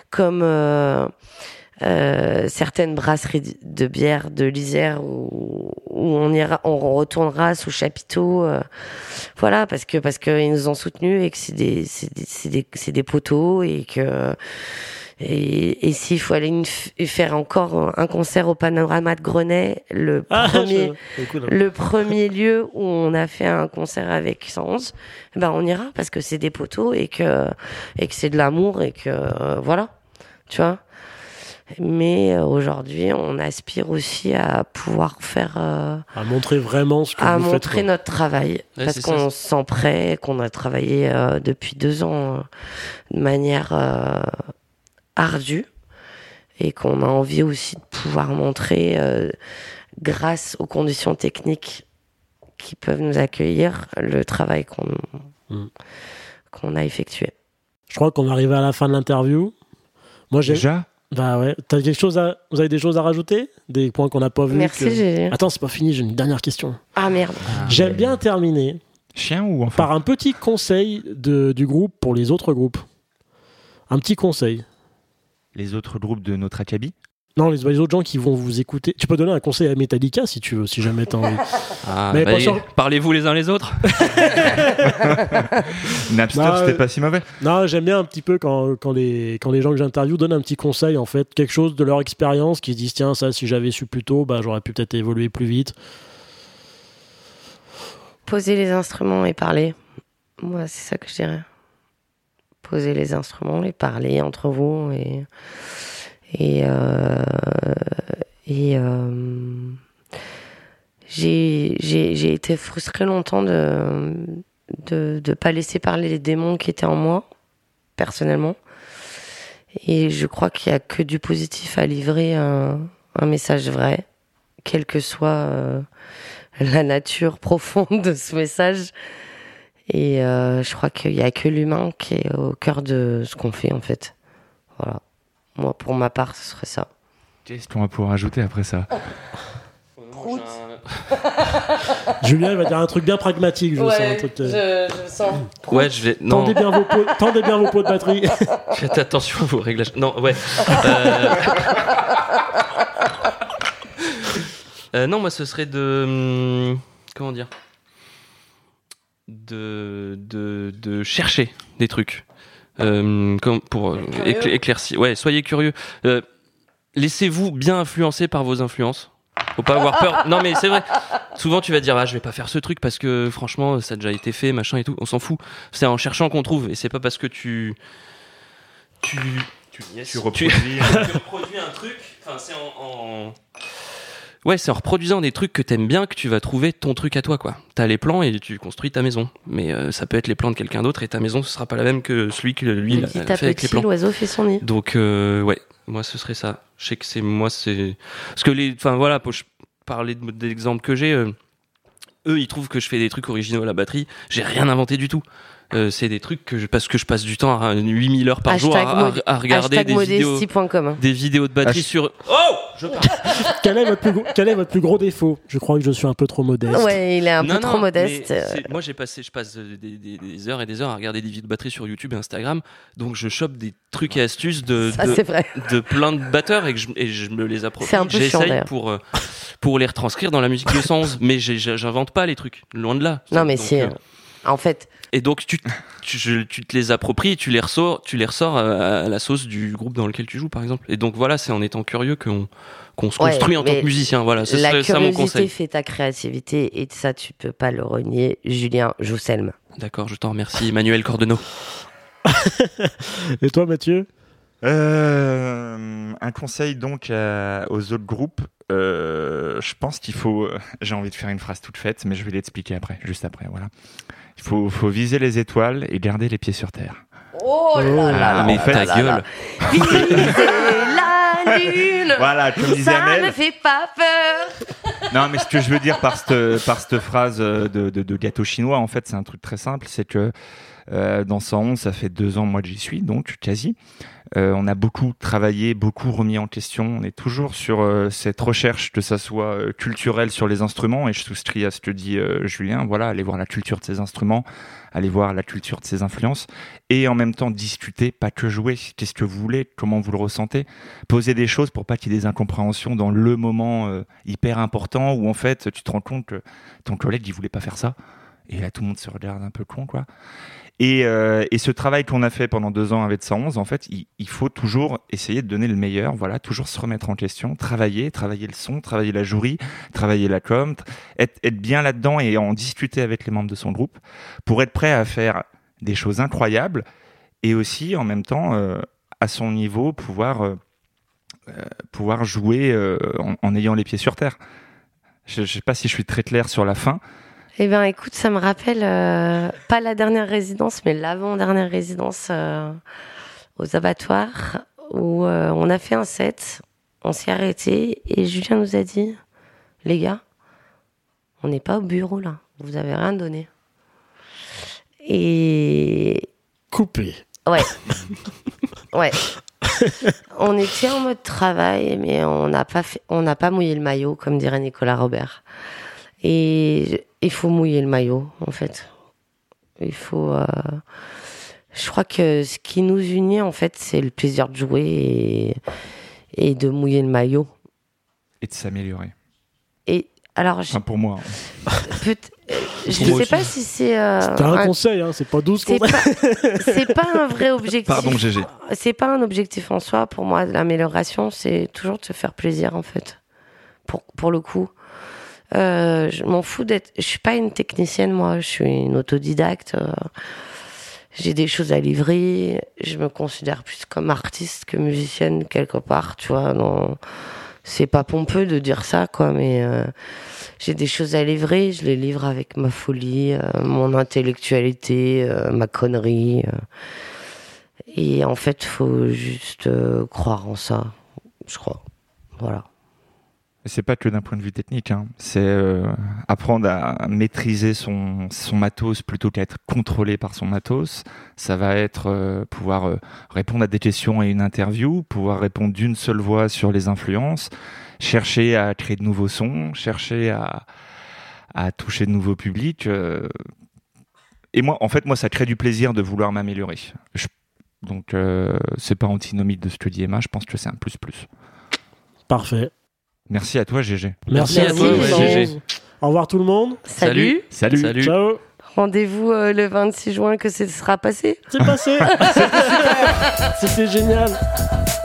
certaines brasseries de bière de l'Isère où on retournera sous chapiteau, voilà, parce que ils nous ont soutenus et que c'est des poteaux et s'il faut aller faire encore un concert au Panorama de Grenay, le premier lieu où on a fait un concert avec 111, on ira parce que c'est des poteaux et que c'est de l'amour et que voilà, tu vois. Mais aujourd'hui, on aspire aussi à pouvoir faire... à montrer vraiment ce que vous faites. À montrer notre travail. Parce qu'on se sent prêt, qu'on a travaillé depuis 2 ans de manière ardue. Et qu'on a envie aussi de pouvoir montrer, grâce aux conditions techniques qui peuvent nous accueillir, le travail qu'on a effectué. Je crois qu'on est arrivé à la fin de l'interview. Moi, Déjà ? Bah ouais, vous avez des choses à rajouter ? Des points qu'on n'a pas vus ? Merci, Gégé. Attends, c'est pas fini, j'ai une dernière question. Ah merde. J'aime bien terminer Chien ou enfant ? par un petit conseil du groupe pour les autres groupes. Un petit conseil. Les autres groupes de notre acabit ? Non, les autres gens qui vont vous écouter. Tu peux donner un conseil à Metallica si tu veux, si jamais t'as envie. Parlez-vous les uns les autres. Napster, c'était pas si mauvais. Non, j'aime bien un petit peu quand les gens que j'interviewe donnent un petit conseil, en fait, quelque chose de leur expérience, qui se disent tiens, ça, si j'avais su plus tôt, j'aurais pu peut-être évoluer plus vite. Poser les instruments et parler. Moi, c'est ça que je dirais. Poser les instruments et parler entre vous j'ai été frustrée longtemps de pas laisser parler les démons qui étaient en moi, personnellement. Et je crois qu'il y a que du positif à livrer un message vrai, quelle que soit la nature profonde de ce message. Et je crois qu'il n'y a que l'humain qui est au cœur de ce qu'on fait, en fait. Voilà. Moi, pour ma part, ce serait ça. Qu'est-ce qu'on va pouvoir ajouter après ça? Julien, il va dire un truc bien pragmatique, je sens. Un truc, je sens. Ouais, je vais. Non. Tendez bien vos pots de batterie. Faites attention à vos réglages. Non, ouais. Non, moi, ce serait de. Comment dire? De chercher des trucs. Comme pour éclaircir. Ouais, soyez curieux. Laissez-vous bien influencer par vos influences. Faut pas avoir peur. Non, mais c'est vrai. Souvent, tu vas dire, je vais pas faire ce truc parce que franchement, ça a déjà été fait, machin et tout. On s'en fout. C'est en cherchant qu'on trouve. Et c'est pas parce que tu reproduis un truc. Enfin, c'est c'est en reproduisant des trucs que t'aimes bien que tu vas trouver ton truc à toi, quoi. T'as les plans et tu construis ta maison. Mais ça peut être les plans de quelqu'un d'autre et ta maison, ce sera pas la même que celui que lui il a fait avec les plans. L'oiseau fait son nid. Donc, ouais, moi, ce serait ça. Je sais que c'est... Parce que enfin, voilà, pour parler des exemples que j'ai, eux, ils trouvent que je fais des trucs originaux à la batterie. J'ai rien inventé du tout. C'est des trucs parce que je passe du temps à 8000 heures par jour à regarder des vidéos de batterie sur... Oh, je parle. Quel est votre plus gros défaut? Je crois que je suis un peu trop modeste. Ouais, il est un peu trop modeste. Moi, je passe des heures et des heures à regarder des vidéos de batterie sur YouTube et Instagram. Donc, je chope des trucs et astuces de plein de batteurs et je me les approprie. C'est un peu chiant, j'essaye pour les retranscrire dans la musique 211. Mais j'invente pas les trucs. Loin de là. Non, mais en fait... Et donc tu te les appropries et tu les ressors à la sauce du groupe dans lequel tu joues, par exemple. Et donc voilà, c'est en étant curieux qu'on se construit en tant que musicien. Voilà, ce serait ça mon conseil. La curiosité fait ta créativité et ça tu peux pas le renier. Julien Jousselme. D'accord, je t'en remercie. Emmanuel Cordenot. Et toi, Mathieu? Un conseil donc aux autres groupes. Je pense qu'il faut. J'ai envie de faire une phrase toute faite, mais je vais l'expliquer juste après. Voilà. Il faut viser les étoiles et garder les pieds sur terre. Oh là là, mais ta gueule. Viser la lune. Voilà, comme disait Amel. Ça ne fait pas peur. Non, mais ce que je veux dire par cette phrase de gâteau chinois, en fait, c'est un truc très simple, c'est que dans 111, ça fait 2 ans, moi, que j'y suis, donc quasi. On a beaucoup travaillé, beaucoup remis en question. On est toujours sur cette recherche, que ça soit culturel sur les instruments. Et je souscris à ce que dit Julien. Voilà, aller voir la culture de ces instruments, aller voir la culture de ces influences. Et en même temps, discuter, pas que jouer. Qu'est-ce que vous voulez? Comment vous le ressentez? Poser des choses pour pas qu'il y ait des incompréhensions dans le moment hyper important où en fait, tu te rends compte que ton collègue, il voulait pas faire ça. Et là, tout le monde se regarde un peu con, quoi. Et ce travail qu'on a fait pendant 2 ans avec 111, en fait, il faut toujours essayer de donner le meilleur, voilà, toujours se remettre en question, travailler le son, travailler la jury, travailler la com, être bien là-dedans et en discuter avec les membres de son groupe pour être prêt à faire des choses incroyables et aussi, en même temps, à son niveau, pouvoir jouer en ayant les pieds sur terre. Je ne sais pas si je suis très clair sur la fin. Eh bien, écoute, ça me rappelle pas la dernière résidence, mais l'avant-dernière résidence aux abattoirs où on a fait un set, on s'est arrêté et Julien nous a dit, les gars, on n'est pas au bureau là, vous avez rien donné. Et coupé. Ouais, ouais. On était en mode travail, mais on n'a pas mouillé le maillot, comme dirait Nicolas Robert. Et il faut mouiller le maillot, en fait. Il faut. Je crois que ce qui nous unit, en fait, c'est le plaisir de jouer et de mouiller le maillot. Et de s'améliorer. Et alors, pour moi. Je ne sais pas si c'est. C'était un conseil, hein, c'est pas 12 conseils. C'est pas un vrai objectif. Pardon, GG. C'est pas un objectif en soi. Pour moi, l'amélioration, c'est toujours de se faire plaisir, en fait. Pour le coup. Je m'en fous je suis pas une technicienne, moi, je suis une autodidacte. J'ai des choses à livrer. Je me considère plus comme artiste que musicienne quelque part, tu vois. Non, c'est pas pompeux de dire ça, quoi, mais j'ai des choses à livrer. Je les livre avec ma folie, mon intellectualité, ma connerie. Et en fait, faut juste croire en ça, je crois. Voilà. C'est pas que d'un point de vue technique, hein. C'est apprendre à maîtriser son matos plutôt qu'à être contrôlé par son matos. Ça va être pouvoir répondre à des questions et une interview, pouvoir répondre d'une seule voix sur les influences, chercher à créer de nouveaux sons, chercher à toucher de nouveaux publics. Et moi, ça crée du plaisir de vouloir m'améliorer. Donc, c'est pas antinomique de ce que dit Emma. Je pense que c'est un plus. Parfait. Merci à toi, GG. Merci à toi, GG. Au revoir tout le monde. Salut. Salut. Ciao. Rendez-vous le 26 juin que ce sera passé. C'est passé. C'était génial.